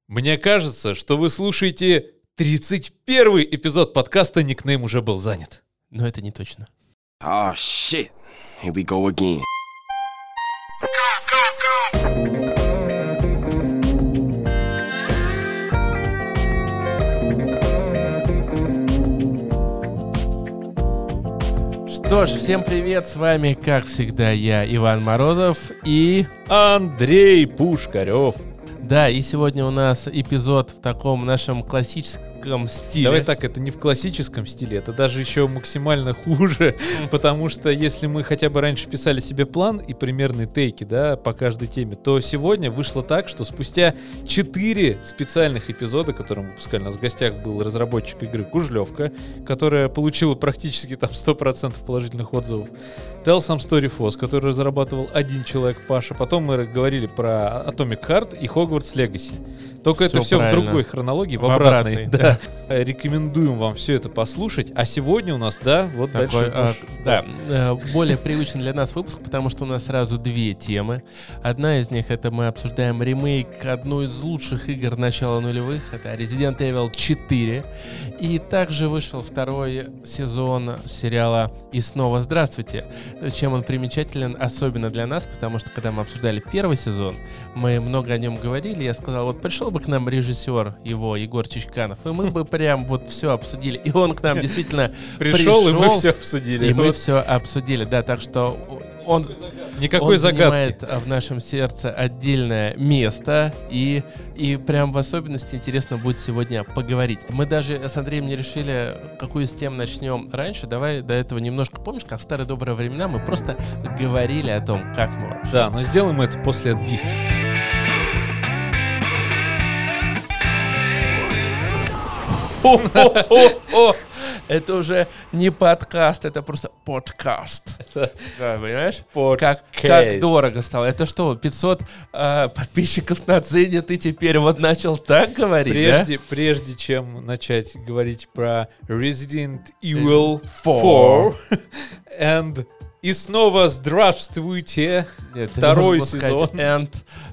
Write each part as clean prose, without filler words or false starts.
Мне кажется, что вы слушаете 31-й эпизод подкаста «Никнейм уже был занят». Но это не точно. Oh shit, here we go again. Что ж, всем привет, с вами, как всегда, я, Иван Морозов и... Андрей Пушкарев. Да, и сегодня у нас эпизод в таком нашем классическом стиле. Давай так, это не в классическом стиле, это даже еще максимально хуже, потому что если мы хотя бы раньше писали себе план и примерные тейки, да, по каждой теме, то сегодня вышло так, что спустя 4 специальных эпизода, которые мы выпускали, у нас в гостях был разработчик игры Кужлевка, которая получила практически там 100% положительных отзывов, Tales Story Force, который разрабатывал один человек, Паша, потом мы говорили про Atomic Heart и Hogwarts Legacy. Только Всё это все правильно. в другой хронологии, в В обратной. обратной, Да. Рекомендуем вам все это послушать. А сегодня у нас, да, вот Такой, дальше. более привычный для нас выпуск, потому что у нас сразу две темы. Одна из них — это мы обсуждаем ремейк одной из лучших игр начала нулевых. Это Resident Evil 4. И также вышел второй сезон сериала «И снова здравствуйте». Чем он примечателен, особенно для нас, потому что когда мы обсуждали первый сезон, мы много о нем говорили. Я сказал, вот пришел бы к нам режиссер его, Егор Чичканов, и мы бы прям вот все обсудили. И он к нам действительно Пришел, и мы все обсудили. И мы Вот. все обсудили, да, так что он Никакой загадки. занимает в нашем сердце отдельное место, и прям в особенности интересно будет сегодня поговорить. Мы даже с Андреем не решили, какую из тем начнем раньше. Давай до этого немножко, помнишь, как в старые добрые времена мы просто говорили о том, как мы вообще. Да, но сделаем мы это после отбивки. О, это уже не подкаст, это просто подкаст. Это Да, понимаешь? подкаст. Как дорого стало. Это что, 500 подписчиков на Дзене ты теперь вот начал так говорить, Прежде чем начать говорить про Resident Evil 4 и снова здравствуйте, да? Нет, ты второй должен был сезон. сказать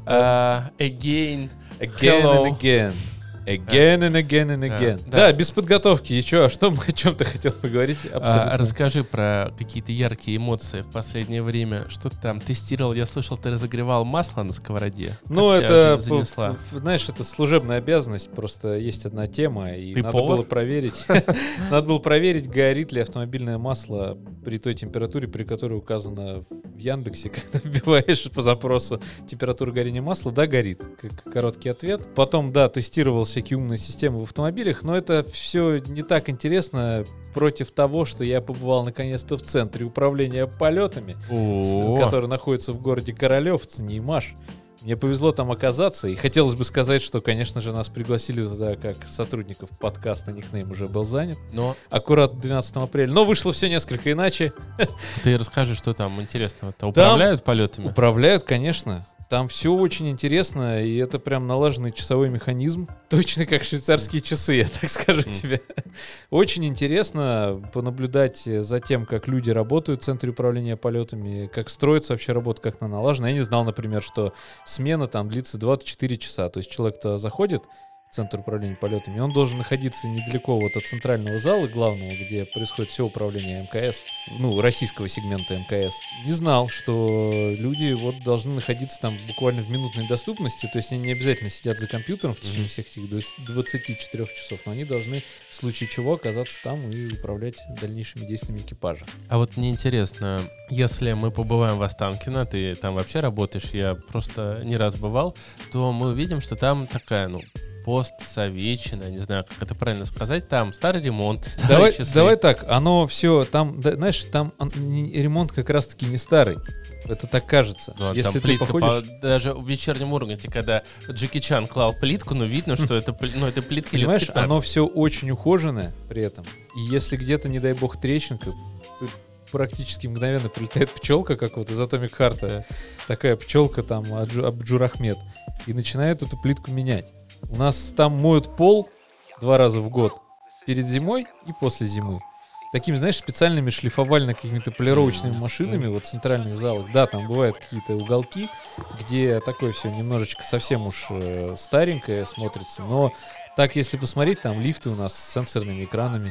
again. Again Hello. and again. Again and again and again. Да. Да, без подготовки. И что, о чем ты хотел поговорить? Абсолютно. Расскажи про какие-то яркие эмоции в последнее время. Что ты там тестировал? Я слышал, ты разогревал масло на сковороде. Ну, Как тебя это, жизнь занесла? знаешь, это служебная обязанность. Просто есть одна тема, и Ты надо повар? было проверить. Надо было проверить, горит ли автомобильное масло при той температуре, при которой указано в Яндексе, когда вбиваешь по запросу температуру горения масла. Да, горит. Короткий ответ. Потом, да, тестировал всякие умные системы в автомобилях, но это все не так интересно против того, что я побывал наконец-то в центре управления полетами, О. который находится в городе Королев, в Цинеймаш. Мне повезло там оказаться, и хотелось бы сказать, что, конечно же, нас пригласили туда как сотрудников подкаста «Никнейм уже был занят». Но Аккурат 12 апреля. Но вышло все несколько иначе. ты расскажи, что там интересного-то. Управляют полетами? Управляют, конечно. Там все очень интересно, и это прям налаженный часовой механизм. Точно как швейцарские часы, я так скажу тебе. Очень интересно понаблюдать за тем, как люди работают в центре управления полетами, как строится вообще работа, как она налажена. Я не знал, например, что смена там длится 24 часа. То есть человек-то заходит в центр управления полетами, и он должен находиться недалеко вот от центрального зала главного, где происходит все управление МКС, ну, российского сегмента МКС. Не знал, что люди вот должны находиться там буквально в минутной доступности, то есть они не обязательно сидят за компьютером в течение всех этих 24 часов, но они должны в случае чего оказаться там и управлять дальнейшими действиями экипажа. А вот мне интересно, если мы побываем в Останкино, ты там вообще работаешь, я просто не раз бывал, то мы увидим, что там такая, постсоветчина, не знаю, как это правильно сказать, там старый ремонт, старые часы. Давай так, оно все, там, да, знаешь, там ремонт как раз-таки не старый. Это так кажется. Да, Если там ты плитка походишь... даже в вечернем Урганте, когда Джеки Чан клал плитку, видно, что это плитки лет Понимаешь, 15. оно все очень ухоженное при этом. И если где-то, не дай бог, трещинка, практически мгновенно прилетает пчелка, как вот из Atomic Heart, Да. такая пчелка там, Абджур Ахмед, и начинает эту плитку менять. У нас там моют пол 2 раза в год. Перед зимой и после зимы. такими, знаешь, специальными шлифовальными какими-то полировочными машинами вот в центральных залах. Да, там бывают какие-то уголки, где такое все немножечко совсем уж старенькое смотрится, но так, если посмотреть, там лифты у нас с сенсорными экранами.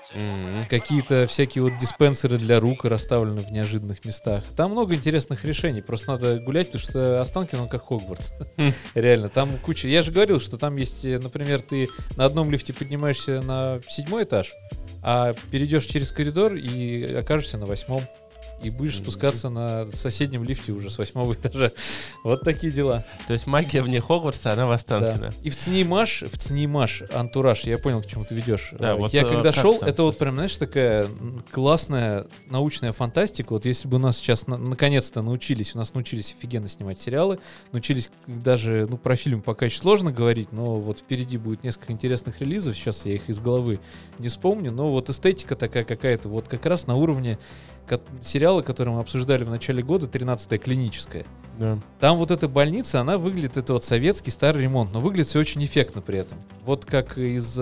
Какие-то всякие вот диспенсеры для рук расставлены в неожиданных местах. Там много интересных решений. Просто надо гулять, потому что Останкино как Хогвартс. Реально, там куча. Я же говорил, что там есть, например, ты на одном лифте поднимаешься на 7-й этаж, а перейдешь через коридор и окажешься на 8-м. И будешь спускаться на соседнем лифте уже с 8-го этажа. Вот такие дела. То есть магия вне Хогвартса, она в Останкино. Да. И в Цинеймаш, антураж, я понял, к чему ты ведешь. Да, вот, я когда шел, там это вот прям, знаешь, такая классная научная фантастика. Вот если бы у нас сейчас наконец-то научились офигенно снимать сериалы, научились даже, про фильм пока еще сложно говорить, но вот впереди будет несколько интересных релизов, сейчас я их из головы не вспомню, но вот эстетика такая какая-то, вот как раз на уровне сериала, который мы обсуждали в начале года, 13-я клиническая. Да. Там вот эта больница, она выглядит, это вот советский старый ремонт, но выглядит все очень эффектно при этом. Вот как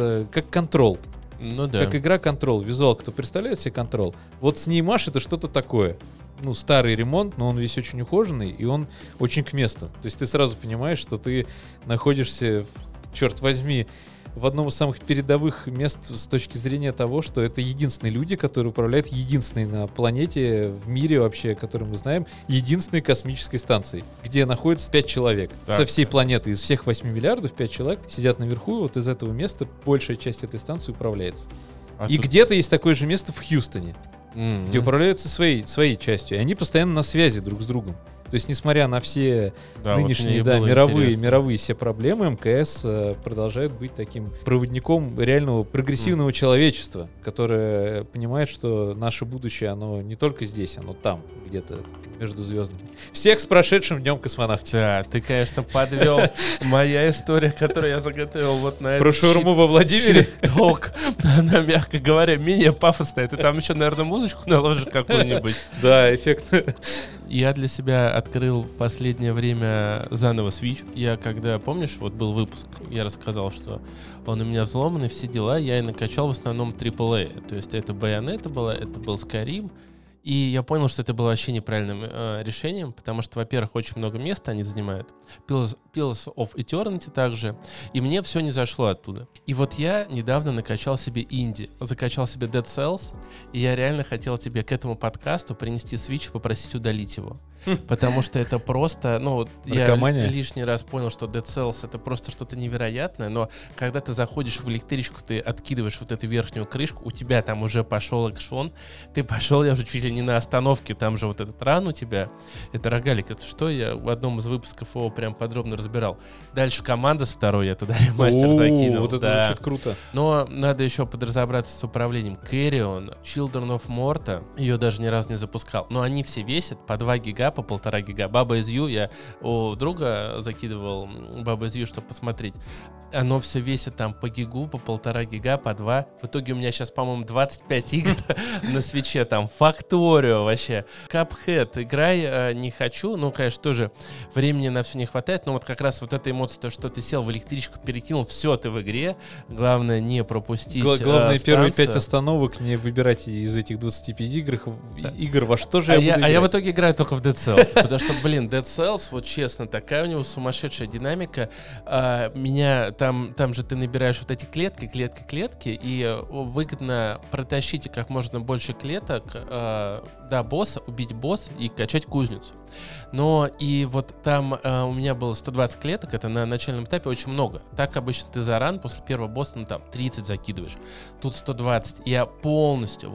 Control. Ну да. Как игра Control. Визуал, кто представляет себе Control. Вот Цинеймаш это что-то такое. Старый ремонт, но он весь очень ухоженный, и он очень к месту. То есть ты сразу понимаешь, что ты находишься, черт возьми, в одном из самых передовых мест с точки зрения того, что это единственные люди, которые управляют единственной на планете, в мире вообще, которую мы знаем, единственной космической станцией, где находится 5 человек. Так. Со всей планеты, из всех 8 миллиардов, 5 человек сидят наверху, и вот из этого места большая часть этой станции управляется. И тут... где-то есть такое же место в Хьюстоне, где управляются своей частью, и они постоянно на связи друг с другом. То есть, несмотря на все нынешние мировые все проблемы, МКС продолжает быть таким проводником реального прогрессивного человечества, которое понимает, что наше будущее, оно не только здесь, оно там, где-то между звездами. Всех с прошедшим днем космонавтики. Да, ты, конечно, подвел. Моя история, которую я заготовил вот на это. Про шаурму во Владимире? Толк. Она, мягко говоря, менее пафосная. Ты там еще, наверное, музычку наложишь какую-нибудь. Да, эффектно. Я для себя открыл в последнее время заново Switch. Я когда, помнишь, вот был выпуск, я рассказал, что он у меня взломанный, все дела, я и накачал в основном AAA. То есть это Bayonetta была, это был Skyrim. И я понял, что это было вообще неправильным решением, потому что, во-первых, очень много места они занимают. Pillars of Eternity также. И мне все не зашло оттуда. И вот я недавно накачал себе инди, закачал себе Dead Cells, и я реально хотел тебе к этому подкасту принести Switch и попросить удалить его. Потому что это просто, я лишний раз понял, что Dead Cells это просто что-то невероятное, но когда ты заходишь в электричку, ты откидываешь вот эту верхнюю крышку, у тебя там уже пошел экшон, ты пошел, я уже чуть ли не на остановке, там же вот этот ран у тебя, это рогалик, это что, я в одном из выпусков его прям подробно разбирал. Дальше команда с второй, я туда ремастер закинул. Вот это звучит круто. Но надо еще подразобраться с управлением. Carrion, Children of Morta, ее даже ни разу не запускал, но они все весят по 2 гига, по 1,5 гига. Baba Is You, я у друга закидывал Baba Is You, чтобы посмотреть. Оно все весит там по гигу, по 1,5 гига, по 2. В итоге у меня сейчас, по-моему, 25 игр на свитче, там, Factorio вообще. Cuphead, играй не хочу, конечно, тоже времени на все не хватает, но вот как раз вот эта эмоция, то, что ты сел в электричку, перекинул, все, ты в игре. Главное не пропустить главное, первые 5 остановок не выбирать из этих 25 игр во что же я буду играть. Я в итоге играю только в Dead Cells, потому что, Dead Cells, вот честно, такая у него сумасшедшая динамика. Меня там же ты набираешь вот эти клетки, и выгодно протащить как можно больше клеток до босса, убить босса и качать кузницу. Но и вот там у меня было 120 клеток, это на начальном этапе очень много. Так обычно ты за ран после первого босса, 30 закидываешь. Тут 120. И я полностью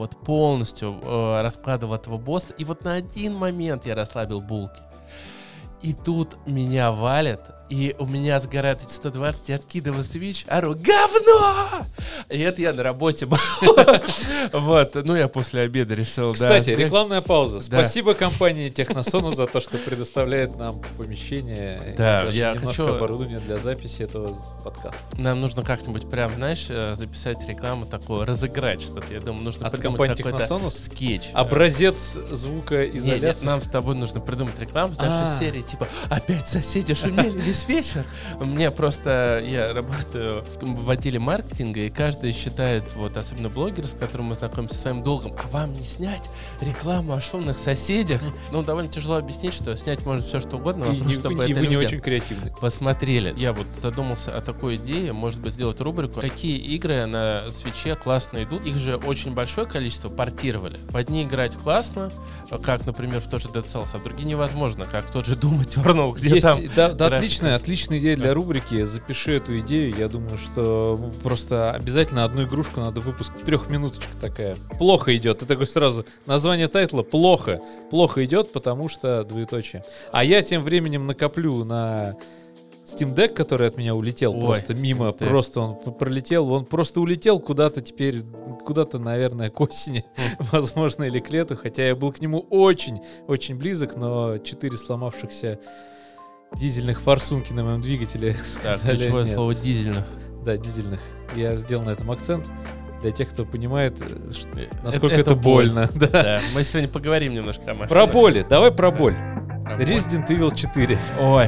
раскладывал этого босса, и вот на один момент я расслабил булки. И тут меня валят, и у меня сгорают эти 120, я откидываю Switch, ору: говно! И это я на работе был. Вот, я после обеда решил, Кстати, рекламная пауза. Спасибо компании Техносонус за то, что предоставляет нам помещение. Да, я хочу оборудование для записи этого подкаста. Нам нужно как-нибудь прям, записать рекламу такую, разыграть что-то. Я думаю, нужно придумать какой-то скетч. Образец звукоизоляции. Нет, нам с тобой нужно придумать рекламу, из нашей серии, типа: опять соседи шумели весь вечер. Мне просто, я работаю в отделе маркетинга, и каждый считает, вот особенно блогеры, с которыми мы знакомимся, своим долгом, а вам не снять рекламу о шумных соседях? Ну, довольно тяжело объяснить, что снять можно все, что угодно, чтобы это вы не очень креативны. посмотрели. Я вот задумался о такой идее, может быть, сделать рубрику, какие игры на Switch'е классно идут. Их же очень большое количество портировали. В одни играть классно, как, например, в тот же Dead Cells, а в другие невозможно, как в тот же Doom Eternal, где Есть, там... да, отличная идея для рубрики. Запиши эту идею. Я думаю, что просто обязательно одну игрушку надо выпускать. 3-минуточка такая. Плохо идет. Ты такой сразу. Название тайтла плохо. Плохо идет, потому что двоеточие. А я тем временем накоплю на Steam Deck, который от меня улетел просто мимо. Deck. Просто он пролетел. Он просто улетел куда-то теперь, наверное, к осени, возможно, или к лету. Хотя я был к нему очень близок, но 4 сломавшихся дизельных форсунки на моем двигателе сказали ключевое нет. Слово дизельных. Да, дизельных. Я сделал на этом акцент для тех, кто понимает, насколько это больно. Да. Мы сегодня поговорим немножко о машинах. Про боли. Давай про боль. Resident Evil 4. Ой.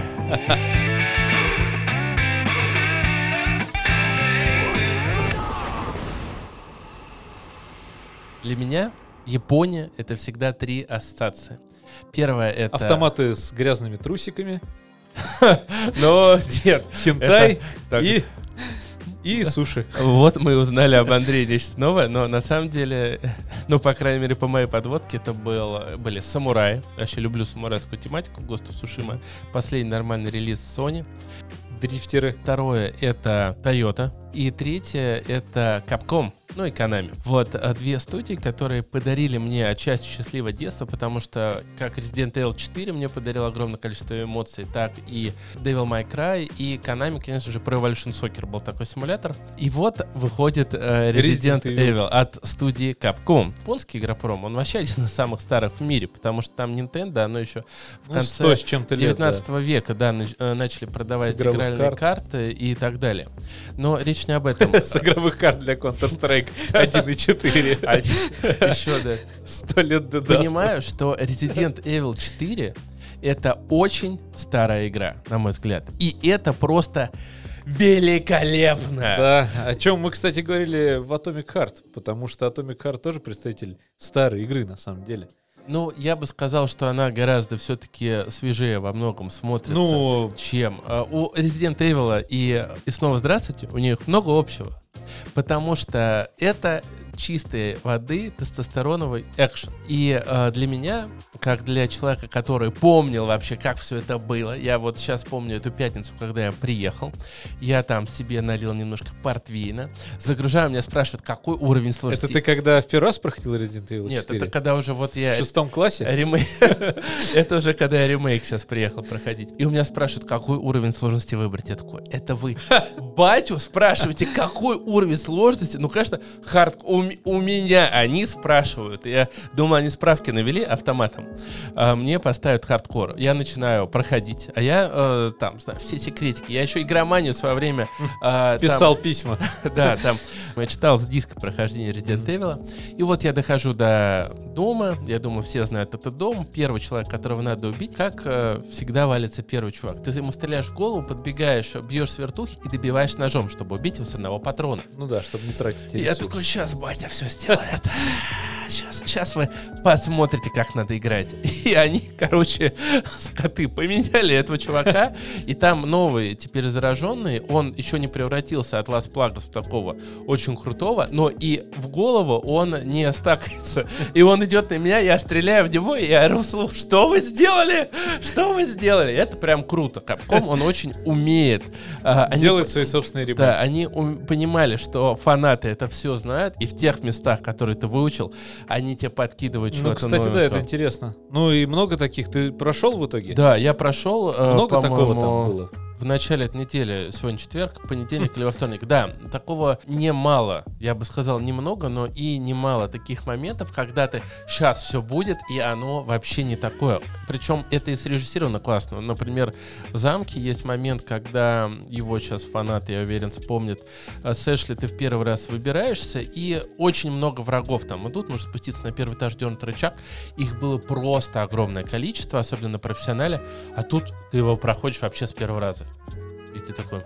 Для меня Япония — это всега 3 ассоциации. Первое — это... Автоматы с грязными трусиками. Но нет. Хентай и суши. Вот мы узнали об Андрее нечто новое, но на самом деле, ну, по крайней мере, по моей подводке, это были самураи. Вообще люблю самурайскую тематику, Ghost of Tsushima. Последний нормальный релиз Sony. Дрифтеры. Второе — это Toyota. И третье — это Capcom, ну и Konami. Вот 2 студии, которые подарили мне отчасти счастливое детство, потому что как Resident Evil 4 мне подарил огромное количество эмоций, так и Devil May Cry, и Konami, конечно же, Pro Evolution Soccer был такой симулятор. И вот выходит Resident Evil от студии Capcom. Японский игропром, он вообще один из самых старых в мире, потому что там Nintendo, оно еще в конце 19 века начали продавать игральные карты и так далее. Но речь не об этом. С игровых карт для Counter-Strike 1.4. Еще, да. 100 лет до Понимаю, что Resident Evil 4 — это очень старая игра, на мой взгляд. И это просто великолепно! Да, о чем мы, кстати, говорили в Atomic Heart, потому что Atomic Heart тоже представитель старой игры, на самом деле. Ну, я бы сказал, что она гораздо все-таки свежее во многом смотрится, чем у Resident Evil и снова здравствуйте, у них много общего. Потому что это чистой воды тестостероновый экшен. И для меня, как для человека, который помнил вообще, как все это было, я вот сейчас помню эту пятницу, когда я приехал, я там себе налил немножко портвейна, загружаю, меня спрашивают, какой уровень сложности. Это ты когда в первый раз проходил Resident Evil 4? Нет, это когда уже вот я... В 6 классе? Это уже когда я ремейк сейчас приехал проходить. И у меня спрашивают, какой уровень сложности выбрать. Я такой, это вы батю спрашиваете, какой уровень сложности? Ну, конечно, у меня они спрашивают. Я думаю, они справки навели автоматом. Мне поставят хардкор. Я начинаю проходить. А я там, знаю, все секретики. Я еще игроманию в свое время... Писал письма. Да, там я читал с диска прохождение Resident Evil. И вот я дохожу до дома. Я думаю, все знают этот дом. Первый человек, которого надо убить. Как всегда валится первый чувак. Ты ему стреляешь в голову, подбегаешь, бьешь с вертухи и добиваешь ножом, чтобы убить его с одного патрона. Ну да, чтобы не тратить ресурсы. Я такой, сейчас батя все сделает. Сейчас вы посмотрите, как надо играть. И они, короче, скоты поменяли этого чувака. И там новый, теперь зараженный. Он еще не превратился от Лас Плагас в такого очень крутого. Но и в голову он не стакается. И он идет на меня, я стреляю в него, и я ору вслух, что вы сделали? Что вы сделали? Это прям круто. Capcom, он очень умеет. Делать свои собственные ремонты. Да, они понимали, что фанаты это все знают. И в тех местах, которые ты выучил, они тебе подкидывают чего-то кстати, новенького. Да, это интересно. Ну и много таких. Ты прошел в итоге? Да, я прошел. Много такого там было? В начале этой недели, сегодня четверг, понедельник или во вторник. Да, такого немало, я бы сказал, немного, но и немало таких моментов, когда ты сейчас все будет, и оно вообще не такое. Причем это и срежиссировано классно. Например, в замке есть момент, когда его сейчас фанаты, я уверен, вспомнят. С Эшли ты в первый раз выбираешься, и очень много врагов там идут. Нужно спуститься на первый этаж, дернуть рычаг. Их было просто огромное количество, особенно на профессионале. А тут ты его проходишь вообще с первого раза. И ты такой...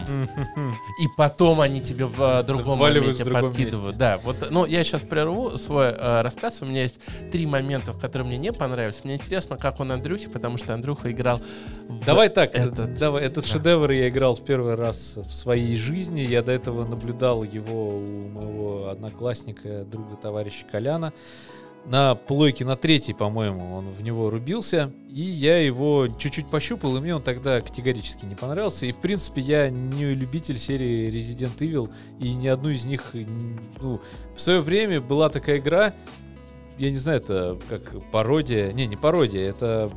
И потом они тебе в другом моменте подкидывают. Да, вот, ну, я сейчас прерву свой рассказ. У меня есть 3 момента, которые мне не понравились. Мне интересно, как он Андрюхе, потому что Андрюха играл в Давай так, этот шедевр я играл в первый раз в своей жизни. Я до этого наблюдал его у моего одноклассника, друга, товарища Коляна. На плойке на 3-й, по-моему, он в него рубился, и я его чуть-чуть пощупал, и мне он тогда категорически не понравился. И, в принципе, я не любитель серии Resident Evil, и ни одну из них... Ну, в свое время была такая игра, я не знаю, это как пародия... Не пародия, это...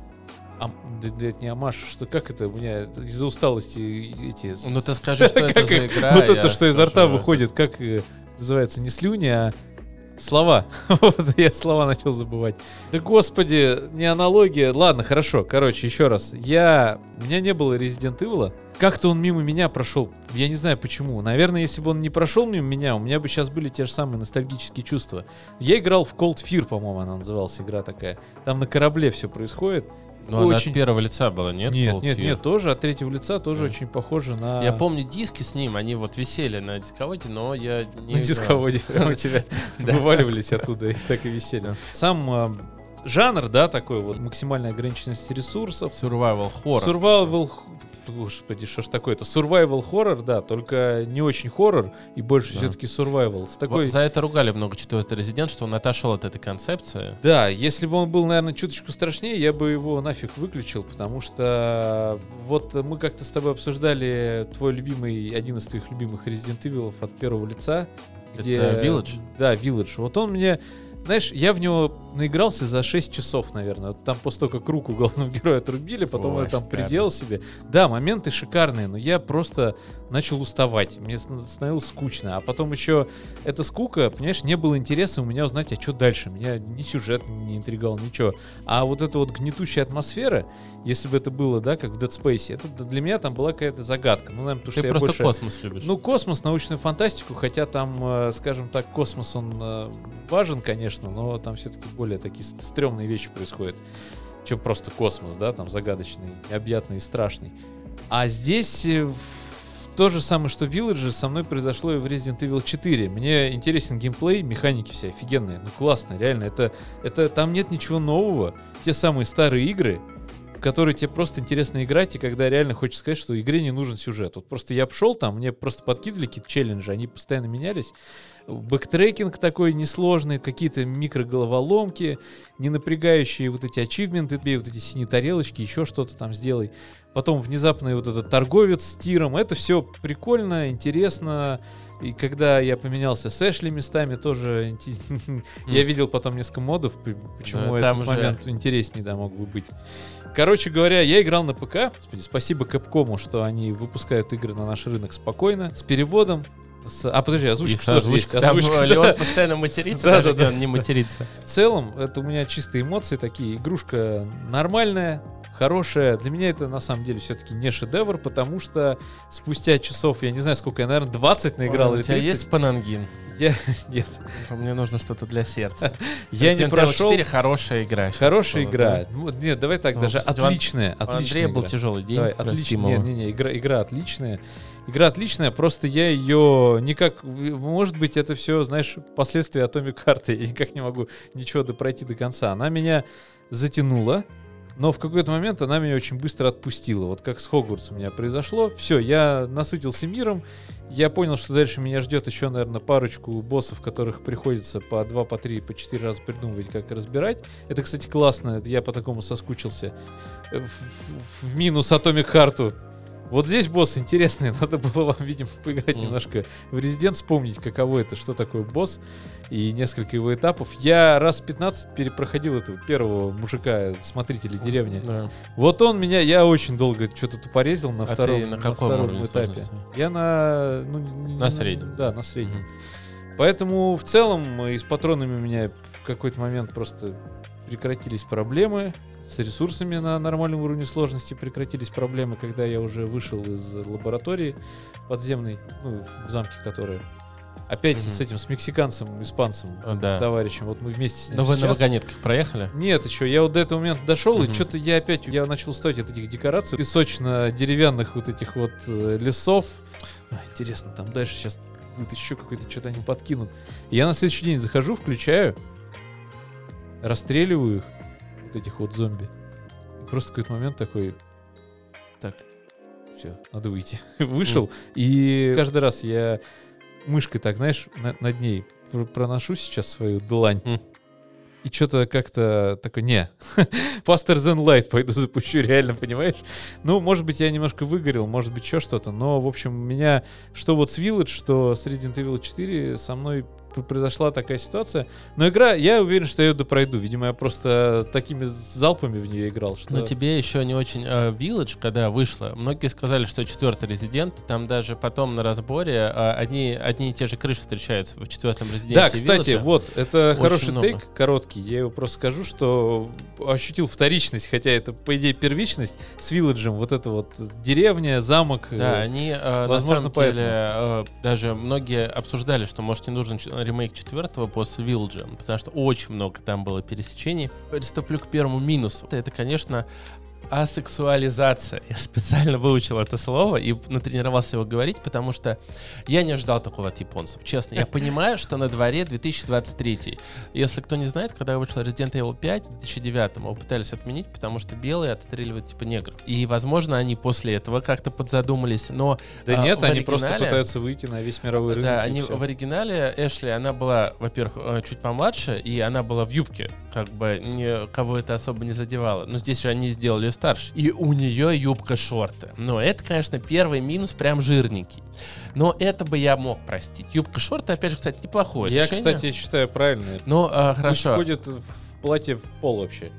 это не амаш, что как это у меня из-за усталости эти... Ну, ты скажи, что это за игра. Вот это, что изо рта выходит, как называется, не слюни, а... Слова. Вот я слова начал забывать. Да господи, не аналогия. Ладно, хорошо. Короче, еще раз. У меня не было Resident Evil. Как-то он мимо меня прошел. Я не знаю почему. Наверное, если бы он не прошел мимо меня, у меня бы сейчас были те же самые ностальгические чувства. Я играл в Cold Fear, по-моему, она называлась, игра такая. Там на корабле все происходит. Но она от первого лица была, нет? Нет, тоже от третьего лица, тоже очень похоже на... Я помню диски с ним, они вот висели на дисководе, но я не... На дисководе прямо у тебя вываливались оттуда и так и висели. Сам жанр, да, такой вот максимальная ограниченность ресурсов. Survival horror. Господи, что ж такое-то? Survival horror, да, только не очень хоррор и больше все-таки survival. Вот за это ругали много 4-й Resident, что он отошел от этой концепции. Да, если бы он был, наверное, чуточку страшнее, я бы его нафиг выключил, потому что вот мы как-то с тобой обсуждали твой любимый, один из твоих любимых Resident Evil от первого лица. Это Village? Да, Village. Вот он мне... Знаешь, я в него наигрался за 6 часов, наверное. Вот там после того, как руку главного героя отрубили, потом я там приделал себе. Да, моменты шикарные, но я просто начал уставать. Мне становилось скучно. А потом еще эта скука, понимаешь, не было интереса у меня узнать, а что дальше. Меня ни сюжет не интриговал, ничего. А вот эта вот гнетущая атмосфера, если бы это было, да, как в Dead Space, это для меня там была какая-то загадка. Ну, наверное, потому что ты я просто больше... космос любишь. Ну, космос, научную фантастику, хотя там, скажем так, космос, он важен, конечно, но там все-таки более такие стрёмные вещи происходят, чем просто космос, да, там загадочный, необъятный и страшный. А здесь то же самое, что в Village, со мной произошло и в Resident Evil 4. Мне интересен геймплей, механики все офигенные, ну классно, реально, это там нет ничего нового. Те самые старые игры, в которые тебе просто интересно играть, и когда реально хочется сказать, что игре не нужен сюжет. Вот просто я пошел там, мне просто подкидывали какие-то челленджи, они постоянно менялись. Бэктрекинг такой несложный, какие-то микроголоволомки, не напрягающие вот эти ачивменты, вот эти синие тарелочки, еще что-то там сделай. Потом внезапно вот этот торговец с тиром. Это все прикольно, интересно. И когда я поменялся с Эшли местами, тоже я видел потом несколько модов, почему этот момент интереснее, да, мог бы быть. Короче говоря, я играл на ПК. Господи, спасибо Capcom, что они выпускают игры на наш рынок спокойно, с переводом. Подожди, озвучка тоже есть. Озвучка, Леон постоянно матерится, даже где он не матерится. В целом, это у меня чистые эмоции такие. Игрушка нормальная, хорошая. Для меня это на самом деле все-таки не шедевр, потому что спустя часов, я не знаю сколько, я, наверное, 20 наиграл или 30. У тебя есть панангин? Нет. Мне нужно что-то для сердца. Я не прошел. 4 хорошая игра. Хорошая игра. Нет, давай так, даже отличная. У Андрея был тяжелый день. Отличная. Не, игра отличная. Игра отличная, просто я ее никак... Может быть, это все, знаешь, последствия Atomic Heart. Я никак не могу ничего допройти до конца. Она меня затянула, но в какой-то момент она меня очень быстро отпустила. Вот как с Хогвартс у меня произошло. Все, я насытился миром. Я понял, что дальше меня ждет еще, наверное, парочку боссов, которых приходится по 2, по 3, по 4 раза придумывать, как разбирать. Это, кстати, классно. Я по такому соскучился. В минус Atomic Heart'у. Вот здесь босс интересный, надо было вам, видимо, поиграть немножко в Resident, вспомнить, каково это, что такое босс, и несколько его этапов. Я раз 15 перепроходил этого первого мужика, смотрителя деревни. Да. Вот он меня, я очень долго что-то тупорезил на втором этапе. Я на среднем. Да, на среднем. Поэтому в целом и с патронами у меня в какой-то момент просто прекратились проблемы. С ресурсами на нормальном уровне сложности прекратились проблемы, когда я уже вышел из лаборатории подземной, в замке которой. Опять с этим, с мексиканцем, испанцем, товарищем. Вот мы вместе с ним. Но вы на вагонетках проехали? Нет, еще. Я вот до этого момента дошел, и что-то я начал устать от этих декораций. Песочно-деревянных вот этих вот лесов. Интересно, там дальше сейчас будет еще какой-то, что-то они подкинут. И я на следующий день захожу, включаю, расстреливаю их, вот этих вот зомби. И просто в какой-то момент такой, так, все, надо выйти. Вышел, и каждый раз я мышкой так, знаешь, над ней проношу сейчас свою длань. И что-то как-то такое, не, faster than light пойду запущу, реально, понимаешь? Ну, может быть, я немножко выгорел, может быть, еще что-то, но, в общем, у меня, что вот с Village, что с Resident Evil 4 со мной произошла такая ситуация. Но игра, я уверен, что я ее допройду. Видимо, я просто такими залпами в нее играл, что... Но тебе еще не очень... Village, когда вышла, многие сказали, что 4-й Resident, там даже потом на разборе одни и те же крыши встречаются в 4-м Resident. Да, кстати, Village. вот, это очень хороший много. тейк, короткий. Я его просто скажу, что ощутил вторичность, хотя это, по идее, первичность с Village. Вот это вот деревня, замок. Да, они, возможно, на самом деле, даже многие обсуждали, что, может, не нужен ремейк 4-го после Village, потому что очень много там было пересечений. Приступлю к первому минусу. Это, конечно, асексуализация. Я специально выучил это слово и натренировался его говорить, потому что я не ожидал такого от японцев. Честно, я понимаю, что на дворе 2023. Если кто не знает, когда вышла Resident Evil 5 в 2009, его пытались отменить, потому что белые отстреливают типа негров. И, возможно, они после этого как-то подзадумались, но да нет, они оригинале... просто пытаются выйти на весь мировой рынок. Да, они в оригинале, Эшли, она была, во-первых, чуть помладше, и она была в юбке, как бы никого это особо не задевало. Но здесь же они сделали ее старше. И у нее юбка-шорты. Но это, конечно, первый минус, прям жирненький. Но это бы я мог простить. Юбка-шорты, опять же, кстати, неплохое решение. Я, кстати, считаю правильно. Но хорошо. Пусть ходит в платье в пол вообще.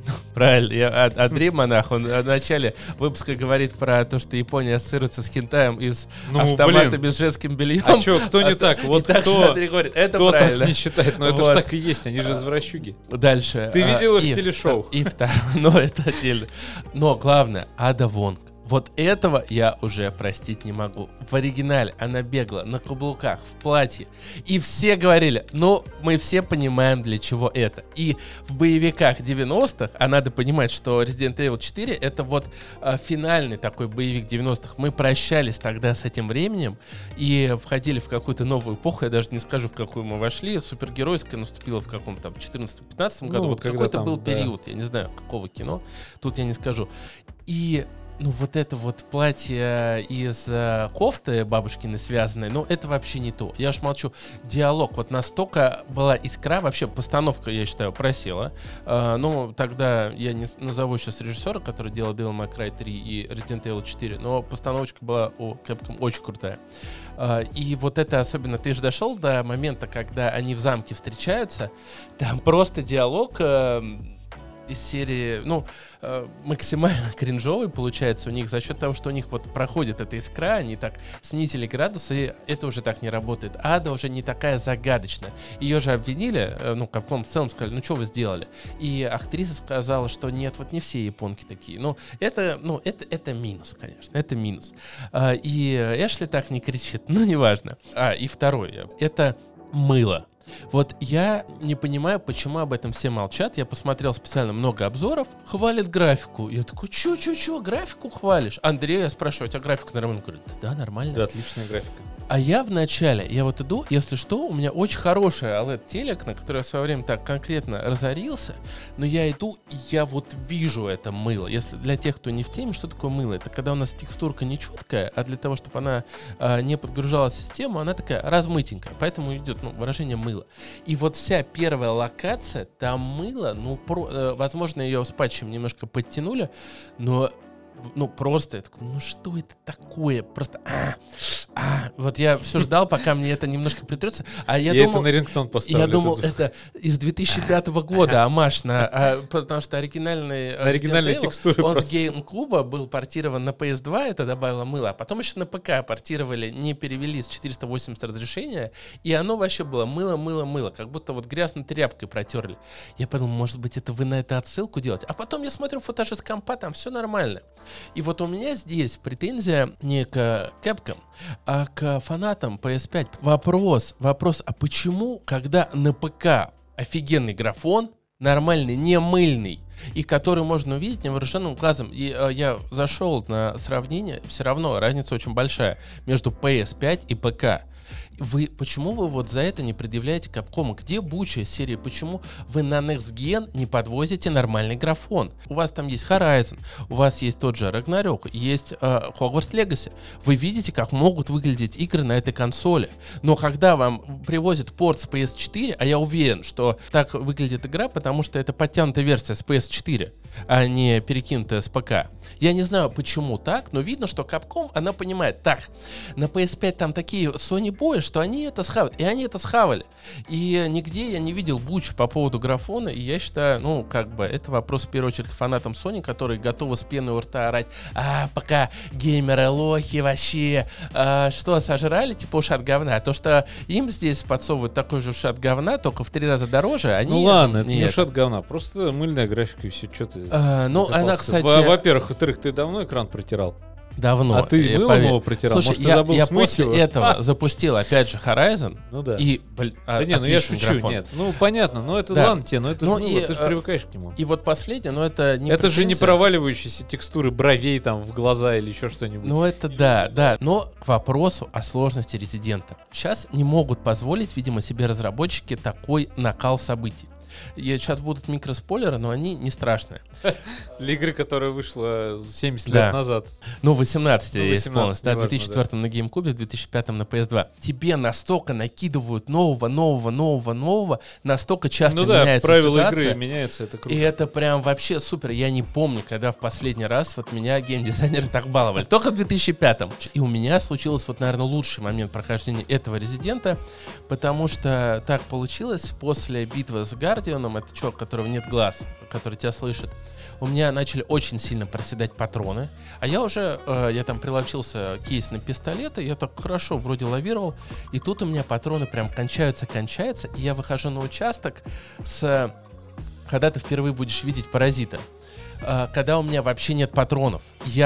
Правильно. Андрей Монах, он в начале выпуска говорит про то, что Япония ассоциируется с хентаем с автоматами с женским бельем. А что, кто не так? Вот кто Андрей говорит, это кто правильно. Так не считает? Но это же так и есть, они же извращуги. Дальше. Ты видел их в телешоу? И второе, но это отдельно. Но главное, Ада Вонг. Вот этого я уже простить не могу. В оригинале она бегала на каблуках, в платье. И все говорили, ну, мы все понимаем, для чего это. И в боевиках 90-х, а надо понимать, что Resident Evil 4 это вот финальный такой боевик 90-х. Мы прощались тогда с этим временем и входили в какую-то новую эпоху. Я даже не скажу, в какую мы вошли. Супергеройская наступила в каком-то 14-15 году. Вот какой-то был период, я не знаю, какого кино. Тут я не скажу. И... Ну, вот это вот платье из кофты бабушкины связанной, ну, это вообще не то. Я уж молчу. Диалог. Вот настолько была искра. Вообще, постановка, я считаю, просела. Ну, тогда я не назову сейчас режиссера, который делал Devil May Cry 3 и Resident Evil 4, но постановочка была у Capcom очень крутая. И вот это особенно... Ты же дошел до момента, когда они в замке встречаются. Там просто диалог... из серии, ну, максимально кринжовый получается у них за счет того, что у них вот проходит эта искра, они так снизили градус, и это уже так не работает. Ада уже не такая загадочная. Ее же обвинили, ну, Capcom в целом сказали, ну, что вы сделали? И актриса сказала, что нет, вот не все японки такие. Ну, это минус, конечно, это минус. И Эшли так не кричит, ну, неважно. И второе, это мыло. Вот я не понимаю, почему об этом все молчат. Я посмотрел специально много обзоров. Хвалят графику. Я такой, чё, графику хвалишь? Андрей, я спрашиваю, у тебя графика нормальная? Он говорит, да, нормально. Да, отличная графика. А я вначале, я вот иду, если что, у меня очень хороший OLED-телек, на который я в свое время так конкретно разорился, но я иду, и я вот вижу это мыло. Если для тех, кто не в теме, что такое мыло? Это когда у нас текстурка нечеткая, а для того, чтобы она не подгружалась в систему, она такая размытенькая, поэтому идет выражение мыла. И вот вся первая локация, там мыло, возможно, ее с патчем немножко подтянули, но... Ну, просто, я такой, ну что это такое? Просто, вот я все ждал, пока мне это немножко притрется. А я думал, это на рингтон поставлю. Я думал, это из 2005 года, амаш, потому что оригинальная текстура он с GameCube был портирован на PS2, это добавило мыло, а потом еще на ПК портировали, не перевели с 480 разрешения, и оно вообще было мыло, как будто вот грязной тряпкой протерли. Я подумал, может быть, это вы на это отсылку делаете? А потом я смотрю футаж из компа, там все нормально. И вот у меня здесь претензия не к Capcom, а к фанатам PS5. Вопрос, а почему, когда на ПК офигенный графон, нормальный, не мыльный, и который можно увидеть невооруженным глазом. И я зашел на сравнение, все равно разница очень большая между PS5 и ПК. Почему вы вот за это не предъявляете Capcom? Где бучая серия? Почему вы на Next Gen не подвозите нормальный графон? У вас там есть Horizon, у вас есть тот же Ragnarok, есть Hogwarts Legacy. Вы видите, как могут выглядеть игры на этой консоли. Но когда вам привозят порт с PS4, а я уверен, что так выглядит игра, потому что это подтянутая версия с PS4, а не перекинутая с ПК. Я не знаю, почему так, но видно, что Capcom, она понимает, так, на PS5 там такие Sony бои, что они это схавают. И они это схавали. И нигде я не видел буч по поводу графона, и я считаю, это вопрос в первую очередь к фанатам Sony, которые готовы с пеной у рта орать, пока геймеры лохи вообще, что, сожрали, типа ушат говна. А то, что им здесь подсовывают такой же ушат говна, только в 3 раза дороже, они... Ну ладно, это не ушат говна, просто мыльная графика и все, что ты... она, кстати... Во-первых, ты давно экран протирал? Давно. А ты мылом его протирал? Слушай, может, ты забыл я смыть после его? этого запустил опять же Horizon. Ну да. И, я шучу, графон. нет. Ну, понятно, но это Да. ладно тебе, но это же мыло, ты же привыкаешь к нему. И вот последнее, но это не Это же не претензия. проваливающиеся текстуры бровей там в глаза или еще что-нибудь. Ну это да. Но к вопросу о сложности Резидента. Сейчас не могут позволить, видимо, себе разработчики такой накал событий. И сейчас будут микроспойлеры, но они не страшные. Для игры, которая вышла 70 Да. лет назад. 18 Ну, я 18, исполнилось. Да, в неважно, 2004 на GameCube, в 2005 на PS2. Тебе настолько накидывают нового, настолько часто Ну да, меняется правила ситуация. игры меняются, это круто. И это прям вообще супер. Я не помню, когда в последний раз вот меня геймдизайнеры так баловали. Только в 2005-м. И у меня случилось вот, наверное, лучший момент прохождения этого Резидента, потому что так получилось, после битвы с Гардианом, это чувак, у которого нет глаз, который тебя слышит, у меня начали очень сильно проседать патроны, а я там приловчился кейс на пистолеты, я так хорошо вроде лавировал, и тут у меня патроны прям кончаются, и я выхожу на участок когда ты впервые будешь видеть паразита, когда у меня вообще нет патронов.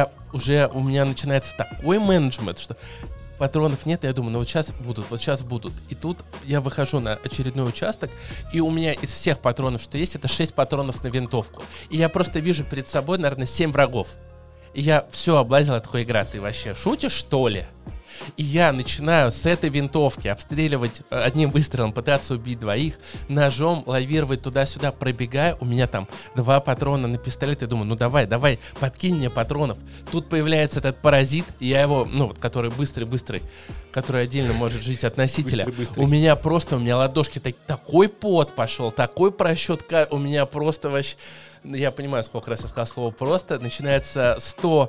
У меня начинается такой менеджмент, что патронов нет, и я думаю, вот сейчас будут. И тут я выхожу на очередной участок, и у меня из всех патронов, что есть, это 6 патронов на винтовку. И я просто вижу перед собой, наверное, 7 врагов. И я все облазил от такой игры. Ты вообще шутишь, что ли? И я начинаю с этой винтовки обстреливать одним выстрелом, пытаться убить двоих, ножом лавировать туда-сюда, пробегаю, у меня там 2 патрона на пистолет, я думаю, давай, подкинь мне патронов. Тут появляется этот паразит, и я его, который быстрый, который отдельно может жить от носителя. Быстрый. У меня ладошки, такой пот пошел, такой просчет, у меня просто вообще... Я понимаю, сколько раз я сказал слово «просто». Начинается 100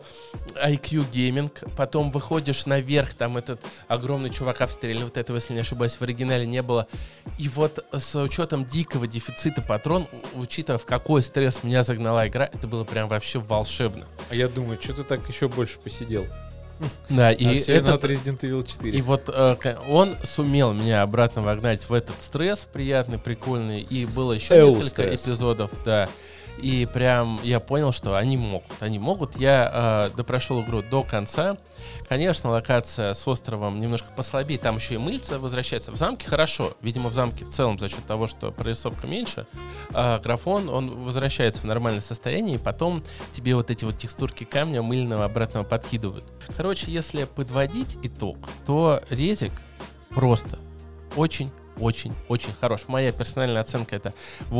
IQ гейминг, потом выходишь наверх, там этот огромный чувак обстреливает, этого, если не ошибаюсь, в оригинале не было. И вот с учетом дикого дефицита патрон, учитывая, в какой стресс меня загнала игра, это было прям вообще волшебно. А я думаю, что ты так еще больше посидел? Да, и это от Resident Evil 4. И вот он сумел меня обратно вогнать в этот стресс приятный, прикольный, и было еще несколько эпизодов, да. И прям я понял, что они могут. Я допрошел игру до конца. Конечно, локация с островом немножко послабее. Там еще и мыльца возвращается. В замке хорошо. Видимо, в замке в целом за счет того, что прорисовка меньше, графон, он возвращается в нормальное состояние. И потом тебе вот эти вот текстурки камня мыльного обратного подкидывают. Короче, если подводить итог, то резик просто очень хорош. Моя персональная оценка — это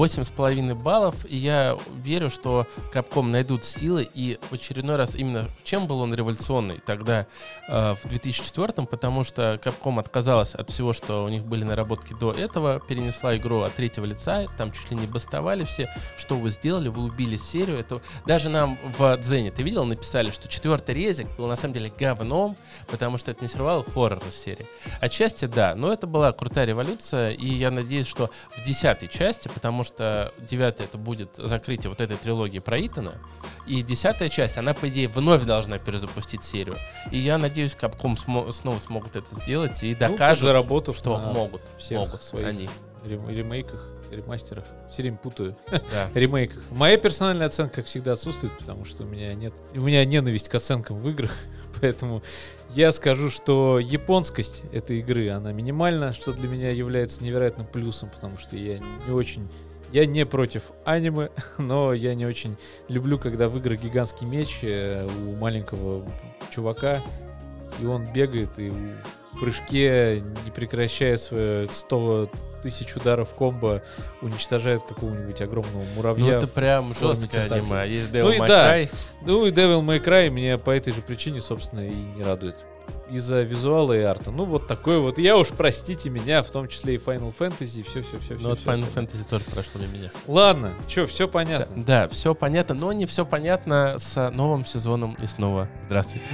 8,5 баллов, и я верю, что Capcom найдут силы, и в очередной раз именно чем был он революционный тогда, в 2004-м, потому что Capcom отказалась от всего, что у них были наработки до этого, перенесла игру от третьего лица, там чуть ли не бастовали все, что вы сделали, вы убили серию. Это... Даже нам в Дзене, ты видел, написали, что 4-й резик был на самом деле говном, потому что это не срывало хоррор из серии. Отчасти да, но это была крутая революция, и я надеюсь, что в 10-й части, потому что 9-я это будет закрытие вот этой трилогии про Итана, и 10-я часть, она, по идее, вновь должна перезапустить серию. И я надеюсь, Capcom снова смогут это сделать и докажут, заработав что на могут своих они. ремейках. ремастерах. Все время путаю. Да. Ремейках. Моя персональная оценка, как всегда, отсутствует, потому что у меня ненависть к оценкам в играх. Поэтому я скажу, что японскость этой игры, она минимальна, что для меня является невероятным плюсом, потому что я не против аниме, но я не очень люблю, когда в играх гигантский меч у маленького чувака, и он бегает и в прыжке, не прекращая свои 100 тысяч ударов комбо, уничтожает какого-нибудь огромного муравья. Ну это прям жесткое аниме. А есть Ну Devil и May да. Cry. Ну и Devil May Cry меня по этой же причине, собственно, и не радует. Из-за визуала и арта. Ну вот такой вот. Я уж, простите меня, в том числе и Final Fantasy, все. Ну вот Final Fantasy тоже прошло мимо меня. Ладно, что, все понятно. Да, все понятно, но не все понятно с новым сезоном. И снова здравствуйте.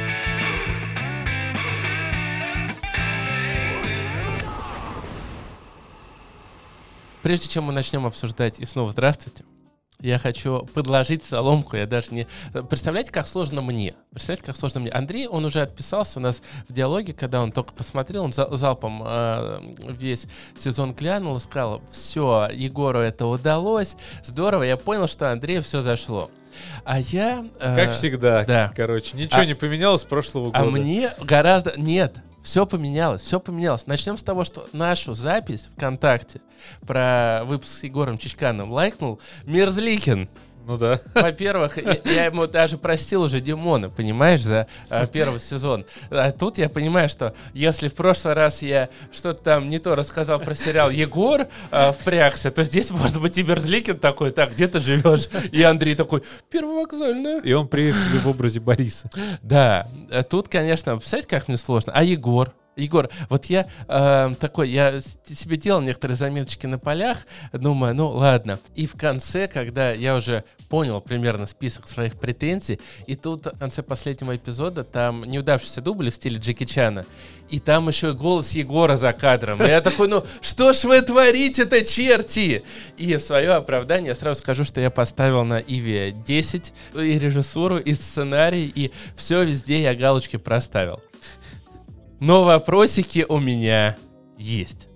Прежде чем мы начнем обсуждать и снова здравствуйте, я хочу подложить соломку. Я даже не... Представляете, как сложно мне? Андрей, он уже отписался у нас в диалоге, когда он только посмотрел, он залпом весь сезон глянул и сказал: все, Егору это удалось, здорово, я понял, что Андрею все зашло. А я... Как всегда, да. короче, ничего не поменялось с прошлого года. А мне гораздо... Нет, все поменялось. Начнем с того, что нашу запись ВКонтакте про выпуск с Егором Чичканом лайкнул Мерзликин. Ну да. Во-первых, я ему даже простил уже Димона, понимаешь, за первый сезон. А тут я понимаю, что если в прошлый раз я что-то там не то рассказал про сериал «Егор» впрягся, то здесь может быть и Мерзликин такой: так, где ты живешь? И Андрей такой: Первовокзальная. И он приехал в образе Бориса. Да, тут, конечно, представляете, как мне сложно. А Егор, вот я я себе делал некоторые заметочки на полях, думаю, ну ладно. И в конце, когда я уже понял примерно список своих претензий, и тут в конце последнего эпизода там неудавшийся дубль в стиле Джеки Чана, и там еще голос Егора за кадром. И я такой: ну что ж вы творите-то, черти? И в свое оправдание я сразу скажу, что я поставил на Иви 10 и режиссуру, и сценарий, и все везде я галочки проставил. Но вопросики у меня есть.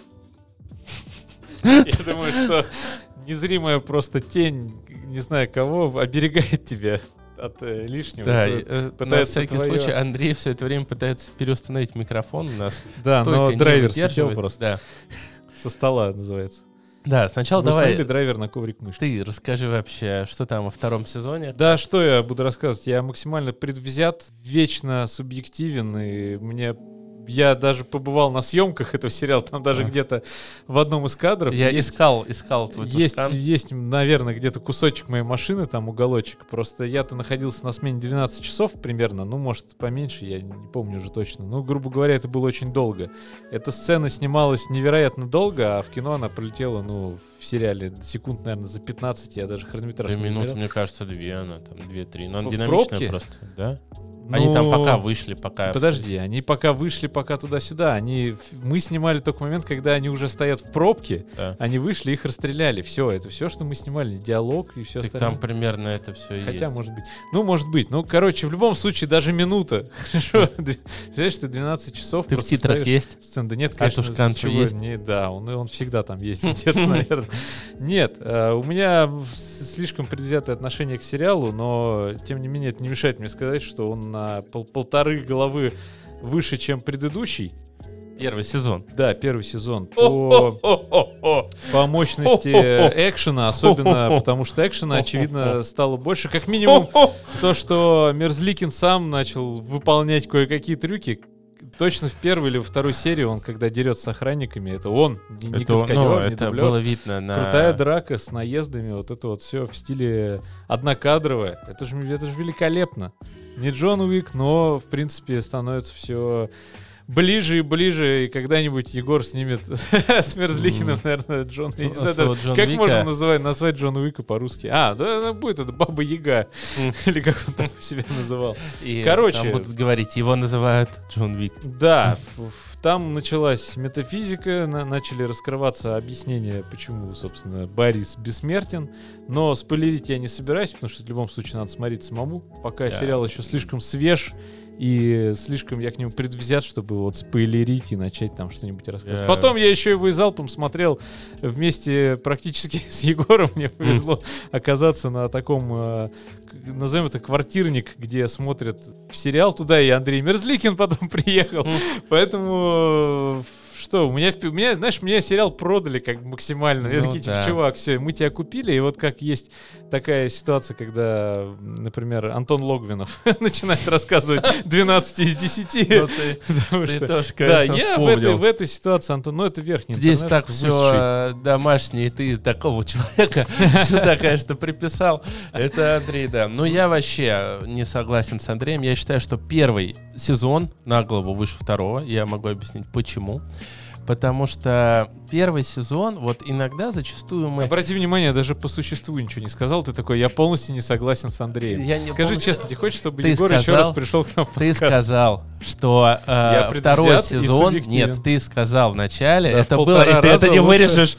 Я думаю, что незримая просто тень, не знаю кого, оберегает тебя от лишнего. Да, на всякий случай Андрей все это время пытается переустановить микрофон у нас. Да, но драйвер слетел просто. Да. Со стола называется. Да, сначала Мы установили давай драйвер на коврик мышки. ты расскажи вообще, что там во втором сезоне. Да, что я буду рассказывать? Я максимально предвзят, вечно субъективен, и я даже побывал на съемках этого сериала, там даже где-то в одном из кадров. Я искал твой тушкан. Есть, наверное, где-то кусочек моей машины, там уголочек. Просто я-то находился на смене 12 часов примерно, ну, может, поменьше, я не помню уже точно. Ну, грубо говоря, это было очень долго. Эта сцена снималась невероятно долго, а в кино она пролетела, ну, в сериале секунд, наверное, за 15, я даже хронометраж 2 не минуты, смотрел. мне кажется, 2, она там 2-3. Но она В динамичная пробке? просто, да? Они там пока вышли, пока... Подожди, они пока вышли, пока туда-сюда. Мы снимали только момент, когда они уже стоят в пробке. Да. Они вышли, их расстреляли. Все, это все, что мы снимали. Диалог и все остальное. Там примерно это все и Хотя, есть. может быть. Ну, может быть. Ну, короче, в любом случае, даже минута. Хорошо. Знаешь, ты 12 часов ты в титрах есть? Сцену. Да нет, конечно. Тушкан есть? Не, да, он всегда там есть где-то, наверное. Нет, у меня слишком предвзятое отношение к сериалу, но, тем не менее, это не мешает мне сказать, что он на полторы головы выше, чем предыдущий. Первый сезон. Да, первый сезон. По мощности экшена, особенно потому что экшена, очевидно, стало больше. Как минимум, то, что Мерзликин сам начал выполнять кое-какие трюки. Точно в первой или во второй серии он, когда дерется с охранниками, это он, не каскадер, не это дублер. было видно на... Крутая драка с наездами, вот это вот все в стиле однокадровое. Это же великолепно. Не Джон Уик, но, в принципе, становится все ближе и ближе, и когда-нибудь Егор снимет с Мерзликиным, наверное, Джон. Я не знаю, как можно назвать Джон Уика по-русски? Да, будет это Баба Яга, или как он там себя называл. Короче, там будут говорить, его называют Джон Уик. Да, там началась метафизика, начали раскрываться объяснения, почему, собственно, Борис бессмертен. Но спойлерить я не собираюсь, потому что в любом случае надо смотреть самому, пока сериал еще слишком свеж и слишком я к нему предвзят, чтобы вот спойлерить и начать там что-нибудь рассказывать. Потом я еще его и залпом смотрел вместе практически с Егором. Мне повезло оказаться на таком, назовем это, квартирник, где смотрят сериал. Туда и Андрей Мерзликин потом приехал. Поэтому... Что, у меня, знаешь, мне сериал продали как бы максимально. Я такие, типа, чувак, все, мы тебя купили. И вот как есть такая ситуация, когда, например, Антон Логвинов начинает рассказывать 12 из 10. Ты тоже, конечно, я в этой ситуации, Антон, ну это верхний интернет. Здесь так все домашнее, и ты такого человека сюда, конечно, приписал. Это Андрей, да. Но я вообще не согласен с Андреем. Я считаю, что первый сезон на голову выше второго. Я могу объяснить, почему. Потому что первый сезон, вот иногда зачастую мы... Обрати внимание, я даже по существу ничего не сказал. Ты такой, я полностью не согласен с Андреем. Скажи честно, ты хочешь, чтобы Егор еще раз пришел к нам в подкаст? Ты сказал, что второй сезон... Нет, ты сказал в начале, да, это было... И ты это не вырежешь.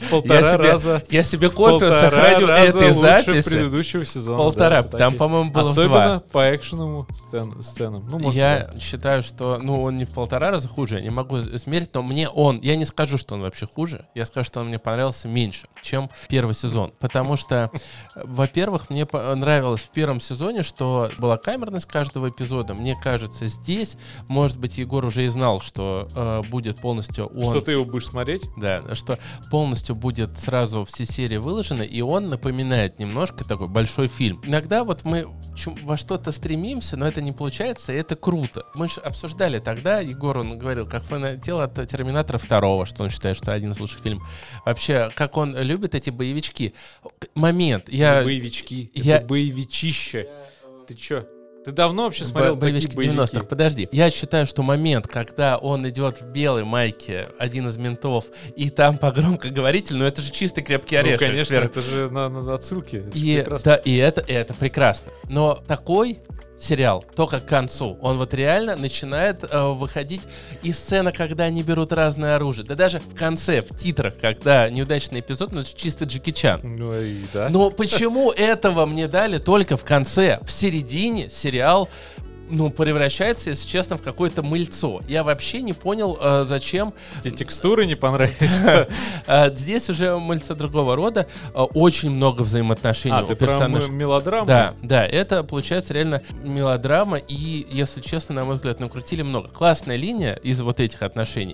Я себе копию сохраню этой записи. Предыдущего сезона. Полтора. Там, по-моему, было особенно 2. Особенно по экшеновым сценам. Ну, я считаю, что он не в 1,5 раза хуже. Я не могу измерить, но мне я не скажу, что он вообще хуже. Я скажу, что он мне понравился меньше, чем первый сезон. Потому что, во-первых, мне понравилось в первом сезоне, что была камерность каждого эпизода. Мне кажется, здесь, может быть, Егор уже и знал, что будет полностью он... Что ты его будешь смотреть? Да, что полностью будет сразу все серии выложены, и он напоминает немножко такой большой фильм. Иногда вот мы во что-то стремимся, но это не получается, и это круто. Мы же обсуждали тогда, Егор, он говорил, как фанател от «Терминатора 2», что он считает, что один из лучших фильмов. Вообще, как он любит эти боевички. Момент. Боевички. Это боевичище. Ты чё? Ты давно вообще смотрел такие боевики? 90-х. Подожди. Я считаю, что момент, когда он идет в белой майке, один из ментов, и там по громкоговорителю, ну это же чистый крепкий орешек. Ну, конечно, это же на отсылке. И это прекрасно. Но такой сериал только к концу. Он вот реально начинает выходить из сцены, когда они берут разное оружие. Да даже в конце, в титрах, когда неудачный эпизод, ну это чисто Джеки Чан. Ну и да. Но почему этого мне дали только в конце? В середине сериал превращается, если честно, в какое-то мыльцо. Я вообще не понял, зачем... Тебе текстуры не понравились? Здесь уже мыльцо другого рода. Очень много взаимоотношений у персонажей. Про мелодраму? Да, это получается реально мелодрама, и, если честно, на мой взгляд, накрутили много. Классная линия из вот этих отношений.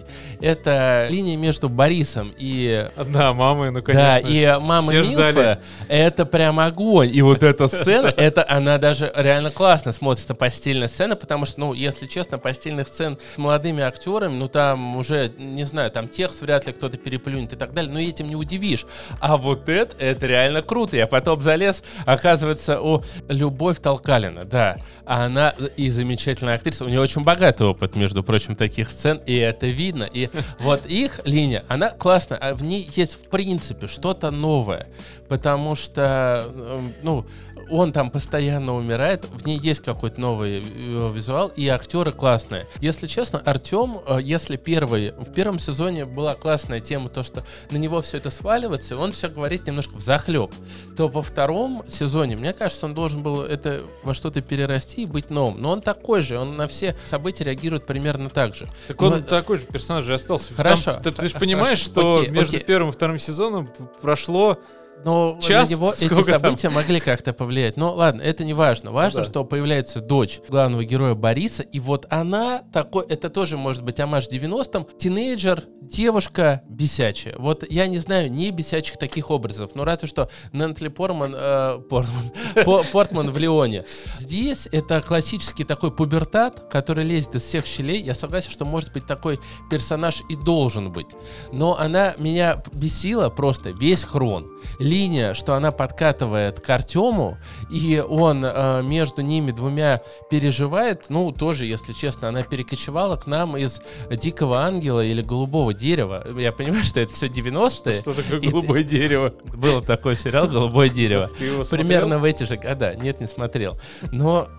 Это линия между Борисом и... Да, мамой, ну конечно. Да, и мама Милфа. Это прям огонь. И вот эта сцена, она даже реально классно смотрится, постельная сцена, потому что, если честно, постельных сцен с молодыми актерами, там уже, не знаю, там текст вряд ли кто-то переплюнет и так далее, но этим не удивишь. А вот это реально круто. Я потом залез, оказывается, Любовь Толкалина, да. Она и замечательная актриса, у нее очень богатый опыт, между прочим, таких сцен, и это видно. И вот их линия, она классная, а в ней есть, в принципе, что-то новое, потому что, он там постоянно умирает, в ней есть какой-то новый визуал, и актеры классные. Если честно, Артем, если в первом сезоне была классная тема, то, что на него все это сваливается, он все говорит немножко взахлеб, то во втором сезоне, мне кажется, он должен был это во что-то перерасти и быть новым. Но он такой же, он на все события реагирует примерно так же. Так он такой же персонаж же остался. Хорошо. Ты же понимаешь, что между первым и вторым сезоном прошло... Но час? на него эти события могли как-то повлиять. Но ладно, это не важно. Важно, что появляется дочь главного героя Бориса, и вот она это тоже может быть омаж 90-м. Тинейджер, девушка бесячая. Вот я не знаю ни бесячих таких образов, но разве что Нэнтли Портман в Леоне. Здесь это классический такой пубертат, который лезет из всех щелей. Я согласен, что может быть такой персонаж и должен быть. Но она меня бесила просто весь хрон. Линия, что она подкатывает к Артему, и он между ними двумя переживает, тоже, если честно, она перекочевала к нам из «Дикого ангела» или «Голубого дерева». Я понимаю, что это все 90-е. Что такое «Голубое дерево»? Был такой сериал «Голубое дерево». Ты его примерно в эти же года. Нет, не смотрел. Но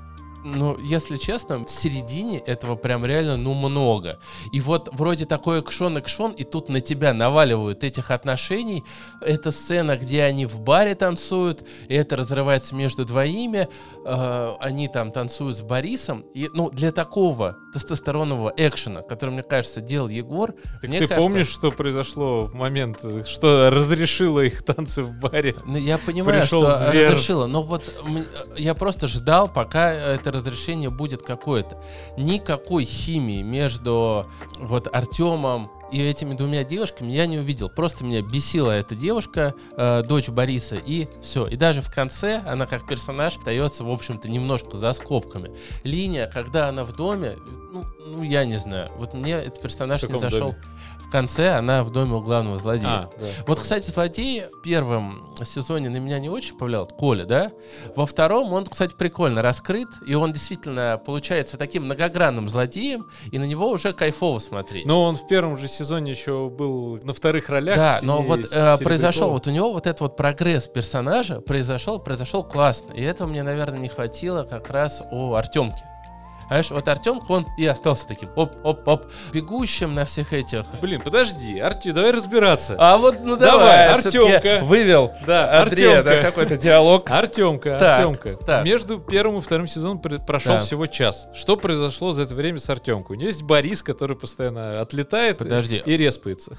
Ну, если честно, в середине этого прям реально, много. И вот вроде такой экшон, и тут на тебя наваливают этих отношений. Это сцена, где они в баре танцуют, и это разрывается между двоими. Они там танцуют с Борисом. И, для такого тестостеронового экшена, который, мне кажется, делал Егор... Так ты помнишь, что произошло в момент, что разрешило их танцы в баре? Я понимаю, Пришел что зверь. разрешило, но вот я просто ждал, пока это разрешение будет какое-то. Никакой химии между вот Артемом и этими двумя девушками я не увидел. Просто меня бесила эта девушка, дочь Бориса, и все. И даже в конце она как персонаж остается, в общем-то, немножко за скобками. Линия, когда она в доме, я не знаю. Вот мне этот персонаж не зашел. Доме? В конце она в доме у главного злодея. Да. Вот, кстати, злодей в первом сезоне на меня не очень повлиял, Коля, да? Во втором он, кстати, прикольно раскрыт, и он действительно получается таким многогранным злодеем, и на него уже кайфово смотреть. Но он в первом же сезоне еще был на вторых ролях. Да, но вот произошел, вот у него вот этот вот прогресс персонажа произошел классно, и этого мне, наверное, не хватило как раз у Артемки. Знаешь, вот Артемка, он и остался таким оп-оп-оп, бегущим на всех этих. Блин, подожди, давай разбираться. А вот, давай, Артемка вывел Андрея на какой-то диалог. Артемка. Так. Между первым и вторым сезоном прошел всего час. Что произошло за это время с Артемкой? У него есть Борис, который постоянно отлетает и респается.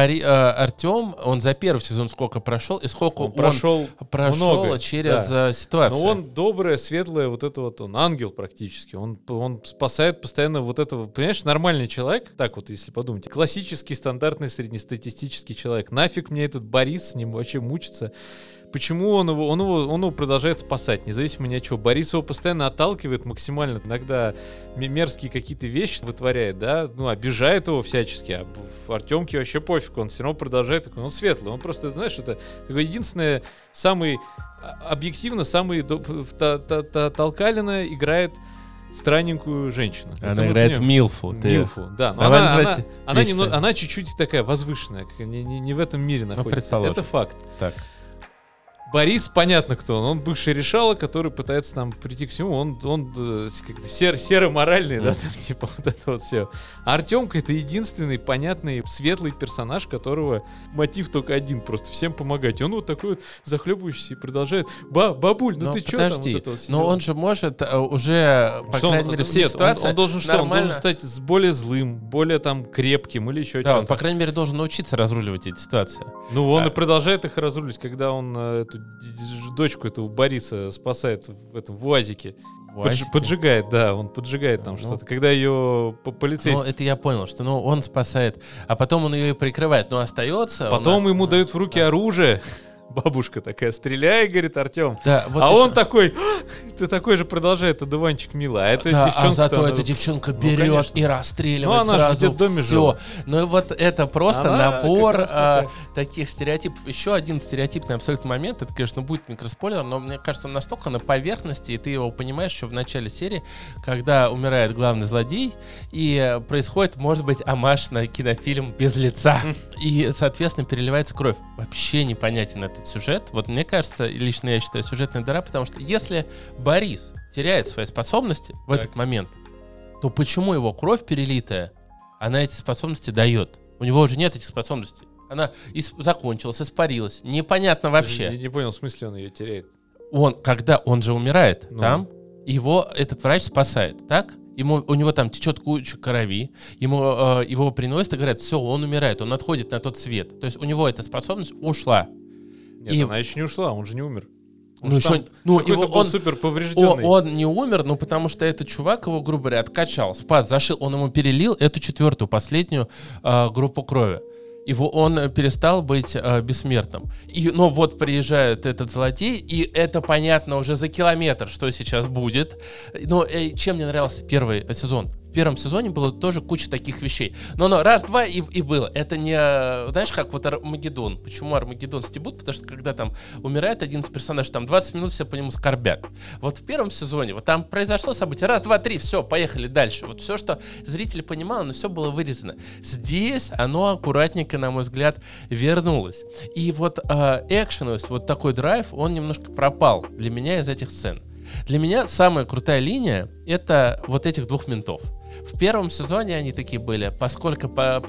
Артем, он за первый сезон сколько прошел, и сколько он прошел много, через ситуацию. Но он доброе, светлое, вот это вот, он ангел практически. Он спасает постоянно вот этого, понимаешь, нормальный человек, так вот, если подумать, классический, стандартный, среднестатистический человек. Нафиг мне этот Борис с ним вообще мучиться? Почему он его продолжает спасать, независимо ни от чего? Борис его постоянно отталкивает максимально, иногда мерзкие какие-то вещи вытворяет, да, обижает его всячески, а в Артемке вообще пофиг, он все равно продолжает, такой, он светлый, он просто, знаешь, это такое единственное, объективно, самый толкалина играет странненькую женщину. Она играет Милфу. Милфу, да. Но она чуть-чуть такая возвышенная, не в этом мире находится. Это факт. Так. Борис, понятно кто он бывший решала, который пытается там прийти к всему, он как-то серо-моральный, да, там типа вот это вот все. А Артемка — это единственный понятный светлый персонаж, которого мотив только один, просто всем помогать. И он вот такой вот захлебывающийся и продолжает: бабуль, ты что там? Вот это вот но он же может уже, по крайней мере, все ситуации он должен что? Он должен стать более злым, более там крепким или еще что-то. Он, по крайней мере, должен научиться разруливать эти ситуации. Он и продолжает их разруливать, когда он эту дочку этого Бориса спасает в этом УАЗике. Поджигает, да, он поджигает там что-то. Когда ее полицейский... Это я понял, что он спасает, а потом он ее и прикрывает, но остается... Потом ему дают в руки оружие. Бабушка такая: стреляй, говорит Артем. Да, вот он такой: ты такой же продолжает одуванчик мило. А эта девчонка. Зато эта девчонка берет и расстреливает сразу в доме все. жила. Ну и вот это просто набор таких стереотипов. Еще один стереотипный абсолютно момент. Это, конечно, будет микроспойлер, но мне кажется, он настолько на поверхности, и ты его понимаешь еще в начале серии, когда умирает главный злодей, и происходит, может быть, омаж на кинофильм «Без лица». И, соответственно, переливается кровь. Вообще непонятен этот сюжет. Вот мне кажется, лично я считаю, сюжетная дыра, потому что если Борис теряет свои способности в этот момент, то почему его кровь перелитая, она эти способности дает? У него уже нет этих способностей. Она закончилась, испарилась. Непонятно вообще. Я не понял, в смысле он ее теряет? Когда он же умирает там, его этот врач спасает, так? У него там течет куча крови, его приносят и говорят: все, он умирает, он отходит на тот свет. То есть у него эта способность ушла. Нет, она еще не ушла, он же не умер. Он был супер поврежденный. Он не умер, потому что этот чувак его, грубо говоря, откачал, спас, зашил, он ему перелил эту четвертую, последнюю группу крови. Он перестал быть бессмертным. Но вот приезжает этот злодей, и это понятно уже за километр, что сейчас будет. Но чем мне нравился первый сезон? В первом сезоне было тоже куча таких вещей. Но раз-два и было. Это не... Знаешь, как вот Армагеддон. Почему Армагеддон стебут? Потому что когда там умирает один из персонажей, там 20 минут все по нему скорбят. Вот в первом сезоне, вот там произошло событие. Раз, два, три, все, поехали дальше. Вот все, что зритель понимал, но все было вырезано. Здесь оно аккуратненько, на мой взгляд, вернулось. И вот экшеновость, вот такой драйв, он немножко пропал для меня из этих сцен. Для меня самая крутая линия — это вот этих двух ментов. В первом сезоне они такие были, постольку,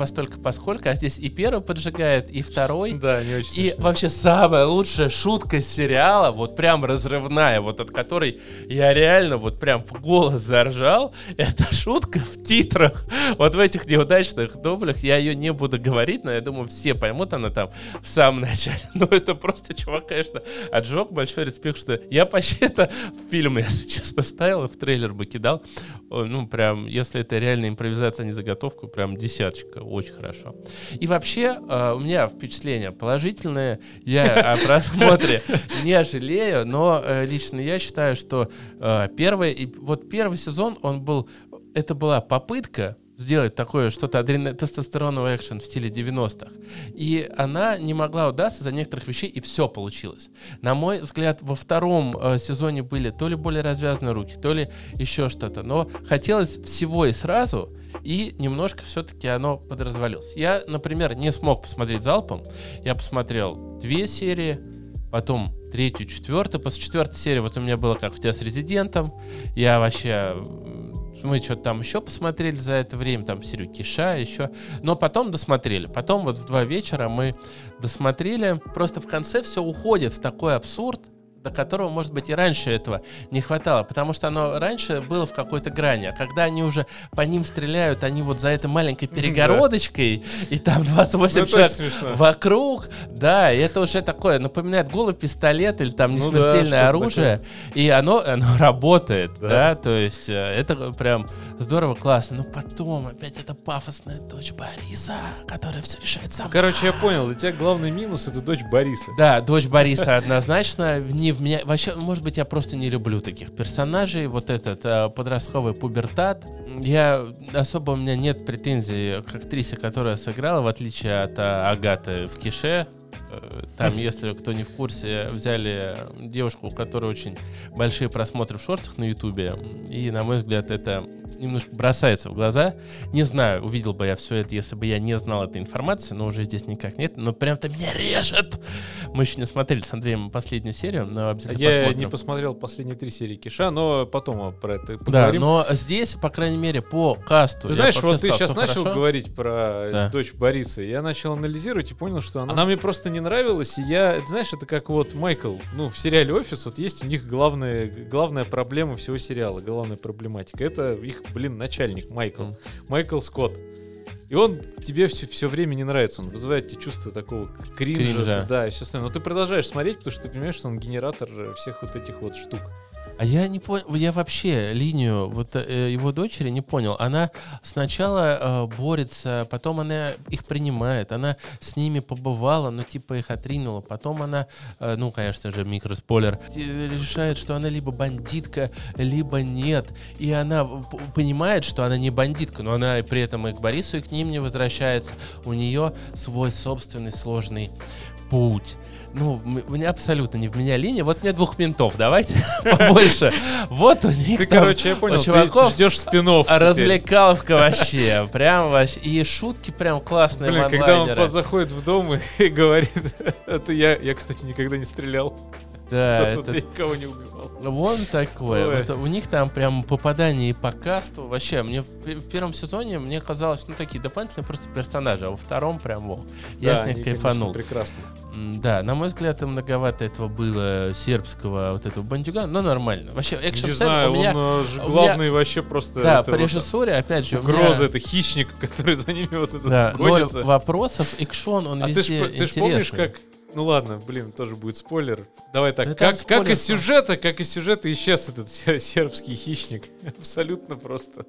а здесь и первый поджигает, и второй. Да, не очень И смешно. вообще самая лучшая шутка сериала, вот прям разрывная, вот от которой я реально вот прям в голос заржал, это шутка в титрах. Вот в этих неудачных дублях я ее не буду говорить, но я думаю, все поймут, она там в самом начале. Ну это просто, чувак, конечно, отжег, большой респект, что я почти это в фильм, если честно, ставил, в трейлер бы кидал. Ну прям, если это реальная импровизация, а не заготовка, прям десяточка, очень хорошо. И вообще, у меня впечатление положительное, я о просмотре не жалею, но лично я считаю, что первый сезон, это была попытка сделать такое что-то тестостероновый экшен в стиле 90-х. И она не могла удастся за некоторых вещей, и все получилось. На мой взгляд, во втором сезоне были то ли более развязанные руки, то ли еще что-то. Но хотелось всего и сразу, и немножко все-таки оно подразвалилось. Я, например, не смог посмотреть залпом. Я посмотрел 2 серии, потом 3-ю, 4-ю. После 4-й серии вот у меня было как у тебя с Резидентом. Я вообще... Мы что-то там еще посмотрели за это время, там серию Киша еще. Но потом досмотрели. Потом вот в 2 вечера мы досмотрели. Просто в конце все уходит в такой абсурд, до которого, может быть, и раньше этого не хватало, потому что оно раньше было в какой-то грани, а когда они уже по ним стреляют, они вот за этой маленькой перегородочкой, и там 28 человек вокруг, да, и это уже такое, напоминает голый пистолет или там несмертельное оружие, и оно работает, да, то есть это прям здорово, классно, но потом опять эта пафосная дочь Бориса, которая все решает сама. Короче, я понял, для тебя главный минус — это дочь Бориса. Да, дочь Бориса однозначно, в меня вообще, может быть, я просто не люблю таких персонажей. Вот этот подростковый пубертат. У меня нет претензий к актрисе, которая сыграла, в отличие от Агаты в Кише. Там, если кто не в курсе, взяли девушку, у которой очень большие просмотры в шортах на Ютубе. И, на мой взгляд, это немножко бросается в глаза. Не знаю, увидел бы я все это, если бы я не знал этой информации, но уже здесь никак нет. Но прям-то меня режет. Мы еще не смотрели с Андреем последнюю серию, но обязательно посмотрим. Я не посмотрел последние 3 серии Киша, но потом про это поговорим. Да, но здесь, по крайней мере, по касту... Ты знаешь, вот ты сейчас начал говорить про дочь Бориса. Я начал анализировать и понял, что она мне просто не нравилась. И знаешь, это как вот Майкл, в сериале «Офис», вот есть у них главная проблема всего сериала, главная проблематика. Это их, начальник Майкл Скотт. И он тебе все время не нравится, он вызывает тебе чувство такого кринжа. Да, и все остальное. Но ты продолжаешь смотреть, потому что ты понимаешь, что он генератор всех вот этих вот штук. А я не понял, я вообще линию вот его дочери не понял. Она сначала борется, потом она их принимает, она с ними побывала, но типа их отринула. Потом она, конечно же, микроспойлер, решает, что она либо бандитка, либо нет. И она понимает, что она не бандитка, но она при этом и к Борису, и к ним не возвращается. У нее свой собственный сложный путь. Мне абсолютно не в меня линия. Вот мне 2 ментов, давайте побольше. Вот у них ты, там, я понял, ты ждешь спин-офф. Развлекаловка вообще. Прям вообще. И шутки прям классные. Когда он заходит в дом и говорит, это я, кстати, никогда не стрелял. Да, это... Я никого не убивал. Вон такое. Вот у них там прям попадание и по касту. Вообще, мне в первом сезоне мне казалось, такие дополнительные просто персонажи, а во втором прям я с них кайфанул. Прекрасно. Да, на мой взгляд, многовато этого было сербского вот этого бандюгана, но нормально. Вообще, экшн-сцена у меня... он же главный вообще просто... Да, по режиссуре, опять же, угроза, это хищник, который за ними вот этот гонится. Ноль вопросов, экшон, он везде интересный. Ты ж помнишь, как... ладно, тоже будет спойлер. Давай так, как из сюжета исчез этот сербский хищник. Абсолютно просто.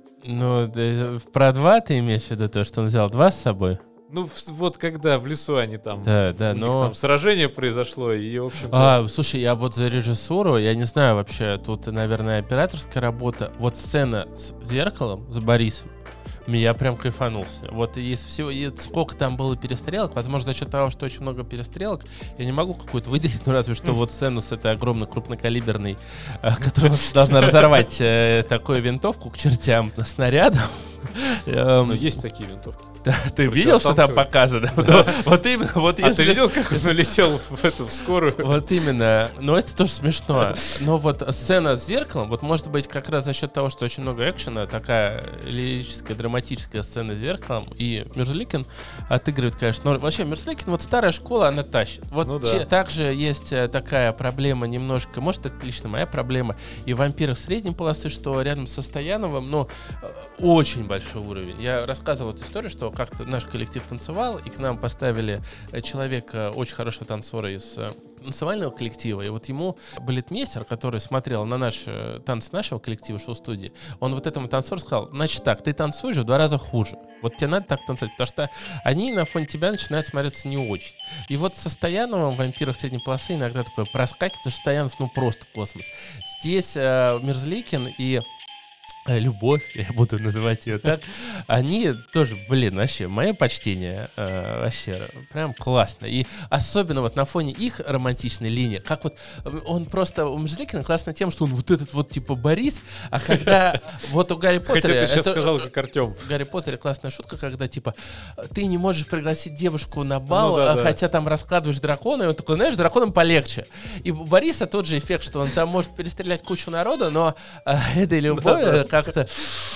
Про 2 ты имеешь в виду то, что он взял 2 с собой? Вот когда в лесу они там, там сражение произошло, и, в общем-то... Слушай, я вот за режиссуру, я не знаю вообще, тут, наверное, операторская работа. Вот сцена с зеркалом, с Борисом, я прям кайфанулся. Вот из всего, сколько там было перестрелок, возможно, за счет того, что очень много перестрелок, я не могу какую-то выделить, разве что вот сцену с этой огромной крупнокалиберной, которая должна разорвать такую винтовку к чертям снарядом. Но есть такие винтовки. Ты видел, что там показано? Вот именно. А ты видел, как он улетел в скорую? Вот именно. Но это тоже смешно. Но вот сцена с зеркалом, вот может быть как раз за счет того, что очень много экшена, такая лирическая, драматическая сцена с зеркалом, и Мерзликин отыгрывает, конечно. Но вообще Мерзликин, вот старая школа, она тащит. Вот также есть такая проблема немножко, может это лично моя проблема, и в «Вампирах» средней полосы, что рядом со Стояновым, ну, очень большой уровень. Я рассказывал эту историю, что как-то наш коллектив танцевал, и к нам поставили человека, очень хорошего танцора из танцевального коллектива, и вот ему балетмейстер, который смотрел на наш танцы нашего коллектива шоу-студии, он вот этому танцору сказал: значит так, ты танцуешь в 2 раза хуже. Вот тебе надо так танцевать, потому что они на фоне тебя начинают смотреться не очень. И вот со Стояновым в «Вампирах» средней полосы иногда такое проскакивает, потому что Стоянов, ну, просто космос. Здесь Мерзликин и Любовь, я буду называть ее так, они тоже, вообще, мое почтение, вообще, прям классно. И особенно вот на фоне их романтичной линии, как вот он просто, у Мерзликина классно тем, что он вот этот вот типа Борис, а когда вот у Гарри Поттера... Хотя ты сейчас сказал, как Артем. В Гарри Поттере классная шутка, когда типа ты не можешь пригласить девушку на бал, хотя там раскладываешь дракона, и он такой, знаешь, драконом полегче. И у Бориса тот же эффект, что он там может перестрелять кучу народа, но этой любовью как-то...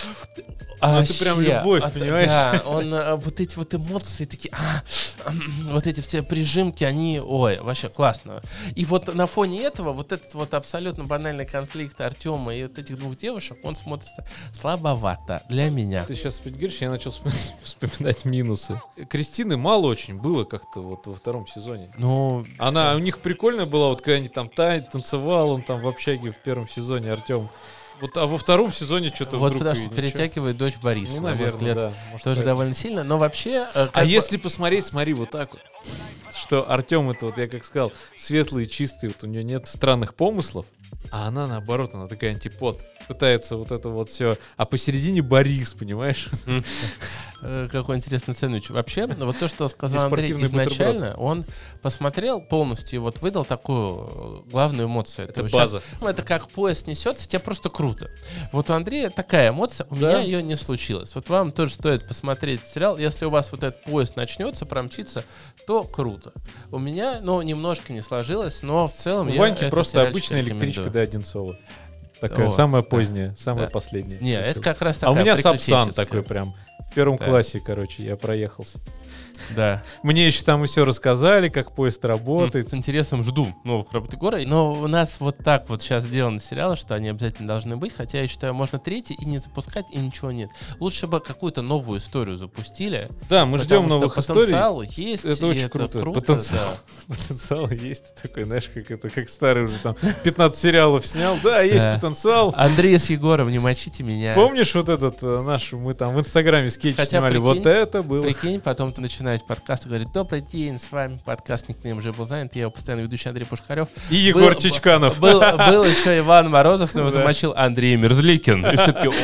Это прям любовь, понимаешь? Да, он вот эти вот эмоции такие, вот эти все прижимки, они, ой, вообще классно. И вот на фоне этого, вот этот вот абсолютно банальный конфликт Артема и вот этих 2 девушек, он смотрится слабовато для меня. Ты сейчас говоришь, я начал вспоминать минусы. Кристины мало очень было как-то вот во 2-м сезоне. Ну, она у них прикольная была, вот когда они там танцевал, он там в общаге в 1-м сезоне, Артем. Вот, а во 2-м сезоне что-то вот вдруг... Вот потому что перетягивает дочь Бориса, ну, на мой наверное, взгляд, да, тоже довольно сильно, но вообще... если посмотреть, смотри, вот так вот, что Артем это, вот я как сказал, светлый, чистый, вот у нее нет странных помыслов, а она наоборот, она такая антипод, пытается вот это вот все, а посередине Борис, понимаешь? Какой интересный сэндвич. Вообще, вот то, что сказал Андрей изначально, он посмотрел полностью и вот выдал такую главную эмоцию. Это база. Это как поезд несется, тебе просто круто. Вот у Андрея такая эмоция, у меня ее не случилось. Вот вам тоже стоит посмотреть сериал. Если у вас вот этот поезд начнется, промчится, то круто. У меня, немножко не сложилось, но в целом у Ваньки просто обычная электричка до Одинцова. Такая самая поздняя, самая последняя. Не, это как раз такая у меня Сапсан такой прям. В 1-м классе, короче, я проехался. Да. Мне еще там и все рассказали, как поезд работает. С интересом жду новых «Робот Егора». Но у нас вот так вот сейчас сделаны сериалы, что они обязательно должны быть. Хотя я считаю, можно 3-й и не запускать, и ничего нет. Лучше бы какую-то новую историю запустили. Да, мы ждем новых историй. Потенциал есть. Это очень круто. Потенциал есть такой, знаешь, как старый уже там 15 сериалов снял. Да, есть потенциал. Андрей с Егором, не мочите меня. Помнишь вот этот наш, мы там в Инстаграме скетч снимали, вот это было. Прикинь, потом ты начинаешь подкаст и говорит: добрый день, с вами подкаст «Никнейм уже был занят». Я его постоянно ведущий Андрей Пушкарев. И Егор Чичканов. Был еще Иван Морозов, но его замочил Андрей Мерзликин. И все таки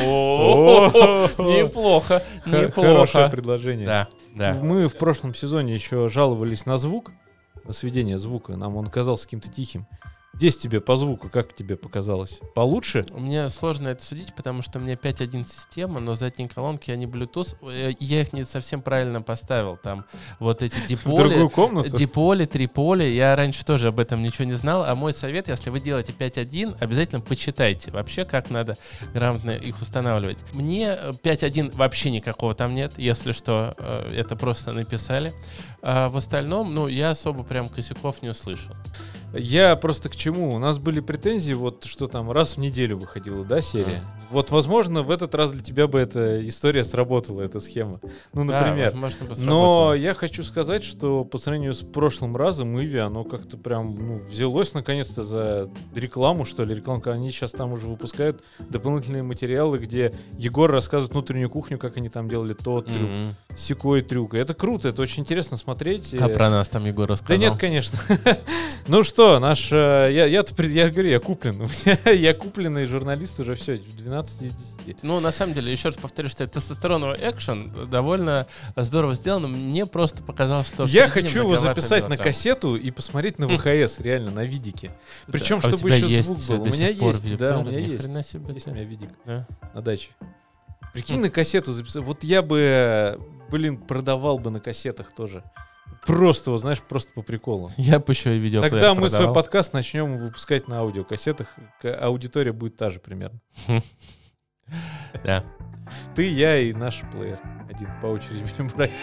неплохо, неплохо. Хорошее предложение. Да. Мы в прошлом сезоне еще жаловались на звук, на сведение звука. Нам он казался каким-то тихим. Здесь тебе по звуку, как тебе показалось? Получше? Мне сложно это судить, потому что у меня 5.1 система, но задние колонки, они Bluetooth. Я их не совсем правильно поставил. Там вот эти диполи. В другую комнату? Диполи, триполи. Я раньше тоже об этом ничего не знал. А мой совет, если вы делаете 5.1, обязательно почитайте вообще, как надо грамотно их устанавливать. Мне 5.1 вообще никакого там нет. Если что, это просто написали. А в остальном, я особо прям косяков не услышал. Я просто к чему? У нас были претензии, вот что там раз в неделю выходила, да, серия? Вот, возможно, в этот раз для тебя бы эта история сработала, эта схема. Например. Да, возможно, бы сработала. Но я хочу сказать, что по сравнению с прошлым разом, Иви, оно как-то прям взялось наконец-то за рекламу, что ли. Рекламка, они сейчас там уже выпускают дополнительные материалы, где Егор рассказывает внутреннюю кухню, как они там делали тот трюк, сякой трюк. И это круто, это очень интересно смотреть. А про нас там Егор рассказал? Да нет, конечно. Ну что, я говорю, я куплен. Я купленный журналист уже все, 12 из 10. На самом деле, еще раз повторю, что это тестостероновый экшен довольно здорово сделано. Мне просто показалось, что... Я хочу его записать на кассету и посмотреть на ВХС, реально, на видике. Причем, чтобы еще звук был. У меня есть, да, у меня есть. Есть у меня видик на даче. Прикинь, на кассету записать. Вот я бы, продавал бы на кассетах тоже. Просто, вот, знаешь, просто по приколу. Я бы еще и видеоплеер Тогда мы продавал. свой подкаст начнем выпускать на аудиокассетах. Аудитория будет та же примерно. Да. Ты, я и наш плеер. Один по очереди будем брать.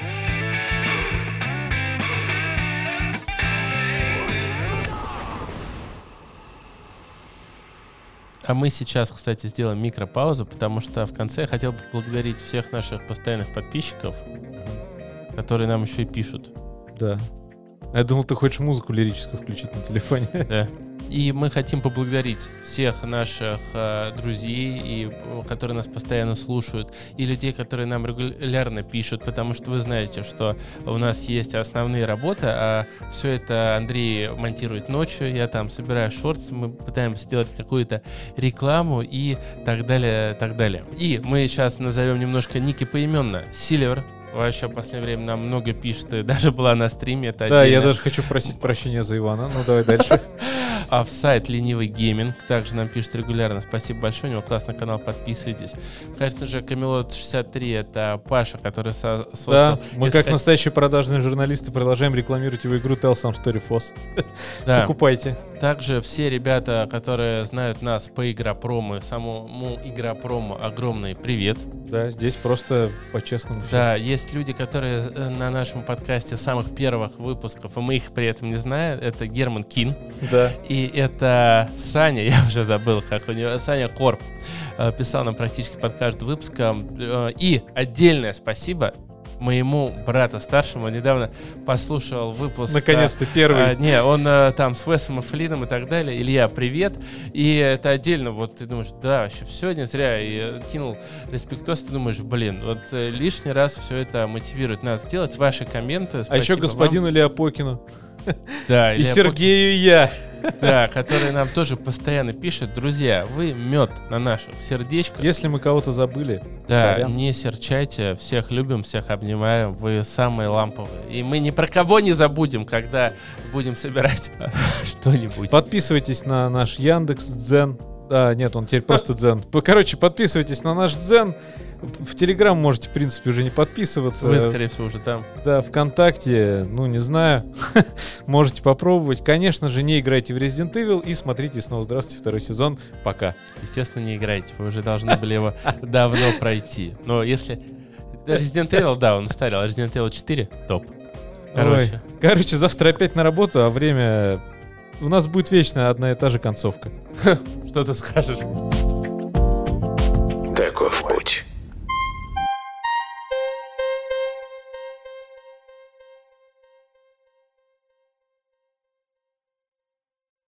А мы сейчас, кстати, сделаем микропаузу, потому что в конце я хотел бы поблагодарить всех наших постоянных подписчиков, которые нам еще и пишут. Да. Я думал, ты хочешь музыку лирическую включить на телефоне. Да. И мы хотим поблагодарить всех наших друзей, которые нас постоянно слушают, и людей, которые нам регулярно пишут, потому что вы знаете, что у нас есть основные работы, а все это Андрей монтирует ночью, я там собираю шортс, мы пытаемся сделать какую-то рекламу и так далее, так далее. И мы сейчас назовем немножко ники поименно. Сильвер. Вообще, в последнее время нам много пишет, и даже была на стриме. Это да, отдельно. я даже хочу просить прощения за Ивана. Ну, давай дальше. Офсайт Ленивый Гейминг также нам пишет регулярно. Спасибо большое, у него классный канал, подписывайтесь. Конечно же, Камелот 63 это Паша, который создал... Да, мы как настоящие продажные журналисты продолжаем рекламировать его игру Tell Some Story Foss. Да. Покупайте. Также все ребята, которые знают нас по Игропрому, самому Игропрому огромный привет. Да, здесь просто по-честному. Да, есть люди, которые на нашем подкасте с самых первых выпусков, и мы их при этом не знаем. Это Герман Кин. Да. И это Саня, я уже забыл, как у него, Саня Корп, писал нам практически под каждым выпуском. И отдельное спасибо моему брату старшему. Недавно послушал выпуск. Наконец-то первый. Не, он там с Весом и Флином и так далее. Илья, привет. И это отдельно, вот ты думаешь, да, вообще все не зря. И кинул респектос, ты думаешь, блин, вот лишний раз все это мотивирует нас сделать. Ваши комменты. А еще господину Ляпокину. Да, и Сергею я. Да, которые нам тоже постоянно пишут. Друзья, вы мед на наших сердечках. Если мы кого-то забыли, да, сорян. Не серчайте. Всех любим, всех обнимаем. Вы самые ламповые. И мы ни про кого не забудем, когда будем собирать что-нибудь. Подписывайтесь на наш Яндекс.Дзен. А, нет, он теперь просто Дзен. Короче, подписывайтесь на наш Дзен. В Телеграм можете, в принципе, уже не подписываться. Вы, скорее всего, уже там. Да, ВКонтакте, ну, не знаю. Можете попробовать. Конечно же, не играйте в Resident Evil и смотрите снова «Здравствуйте», второй сезон. Пока. Естественно, не играйте. Вы уже должны были его давно пройти. Но если... Resident Evil, да, он старил. Resident Evil 4 топ. Короче, завтра опять на работу, а время... У нас будет вечно одна и та же концовка. Что ты скажешь? Таков путь.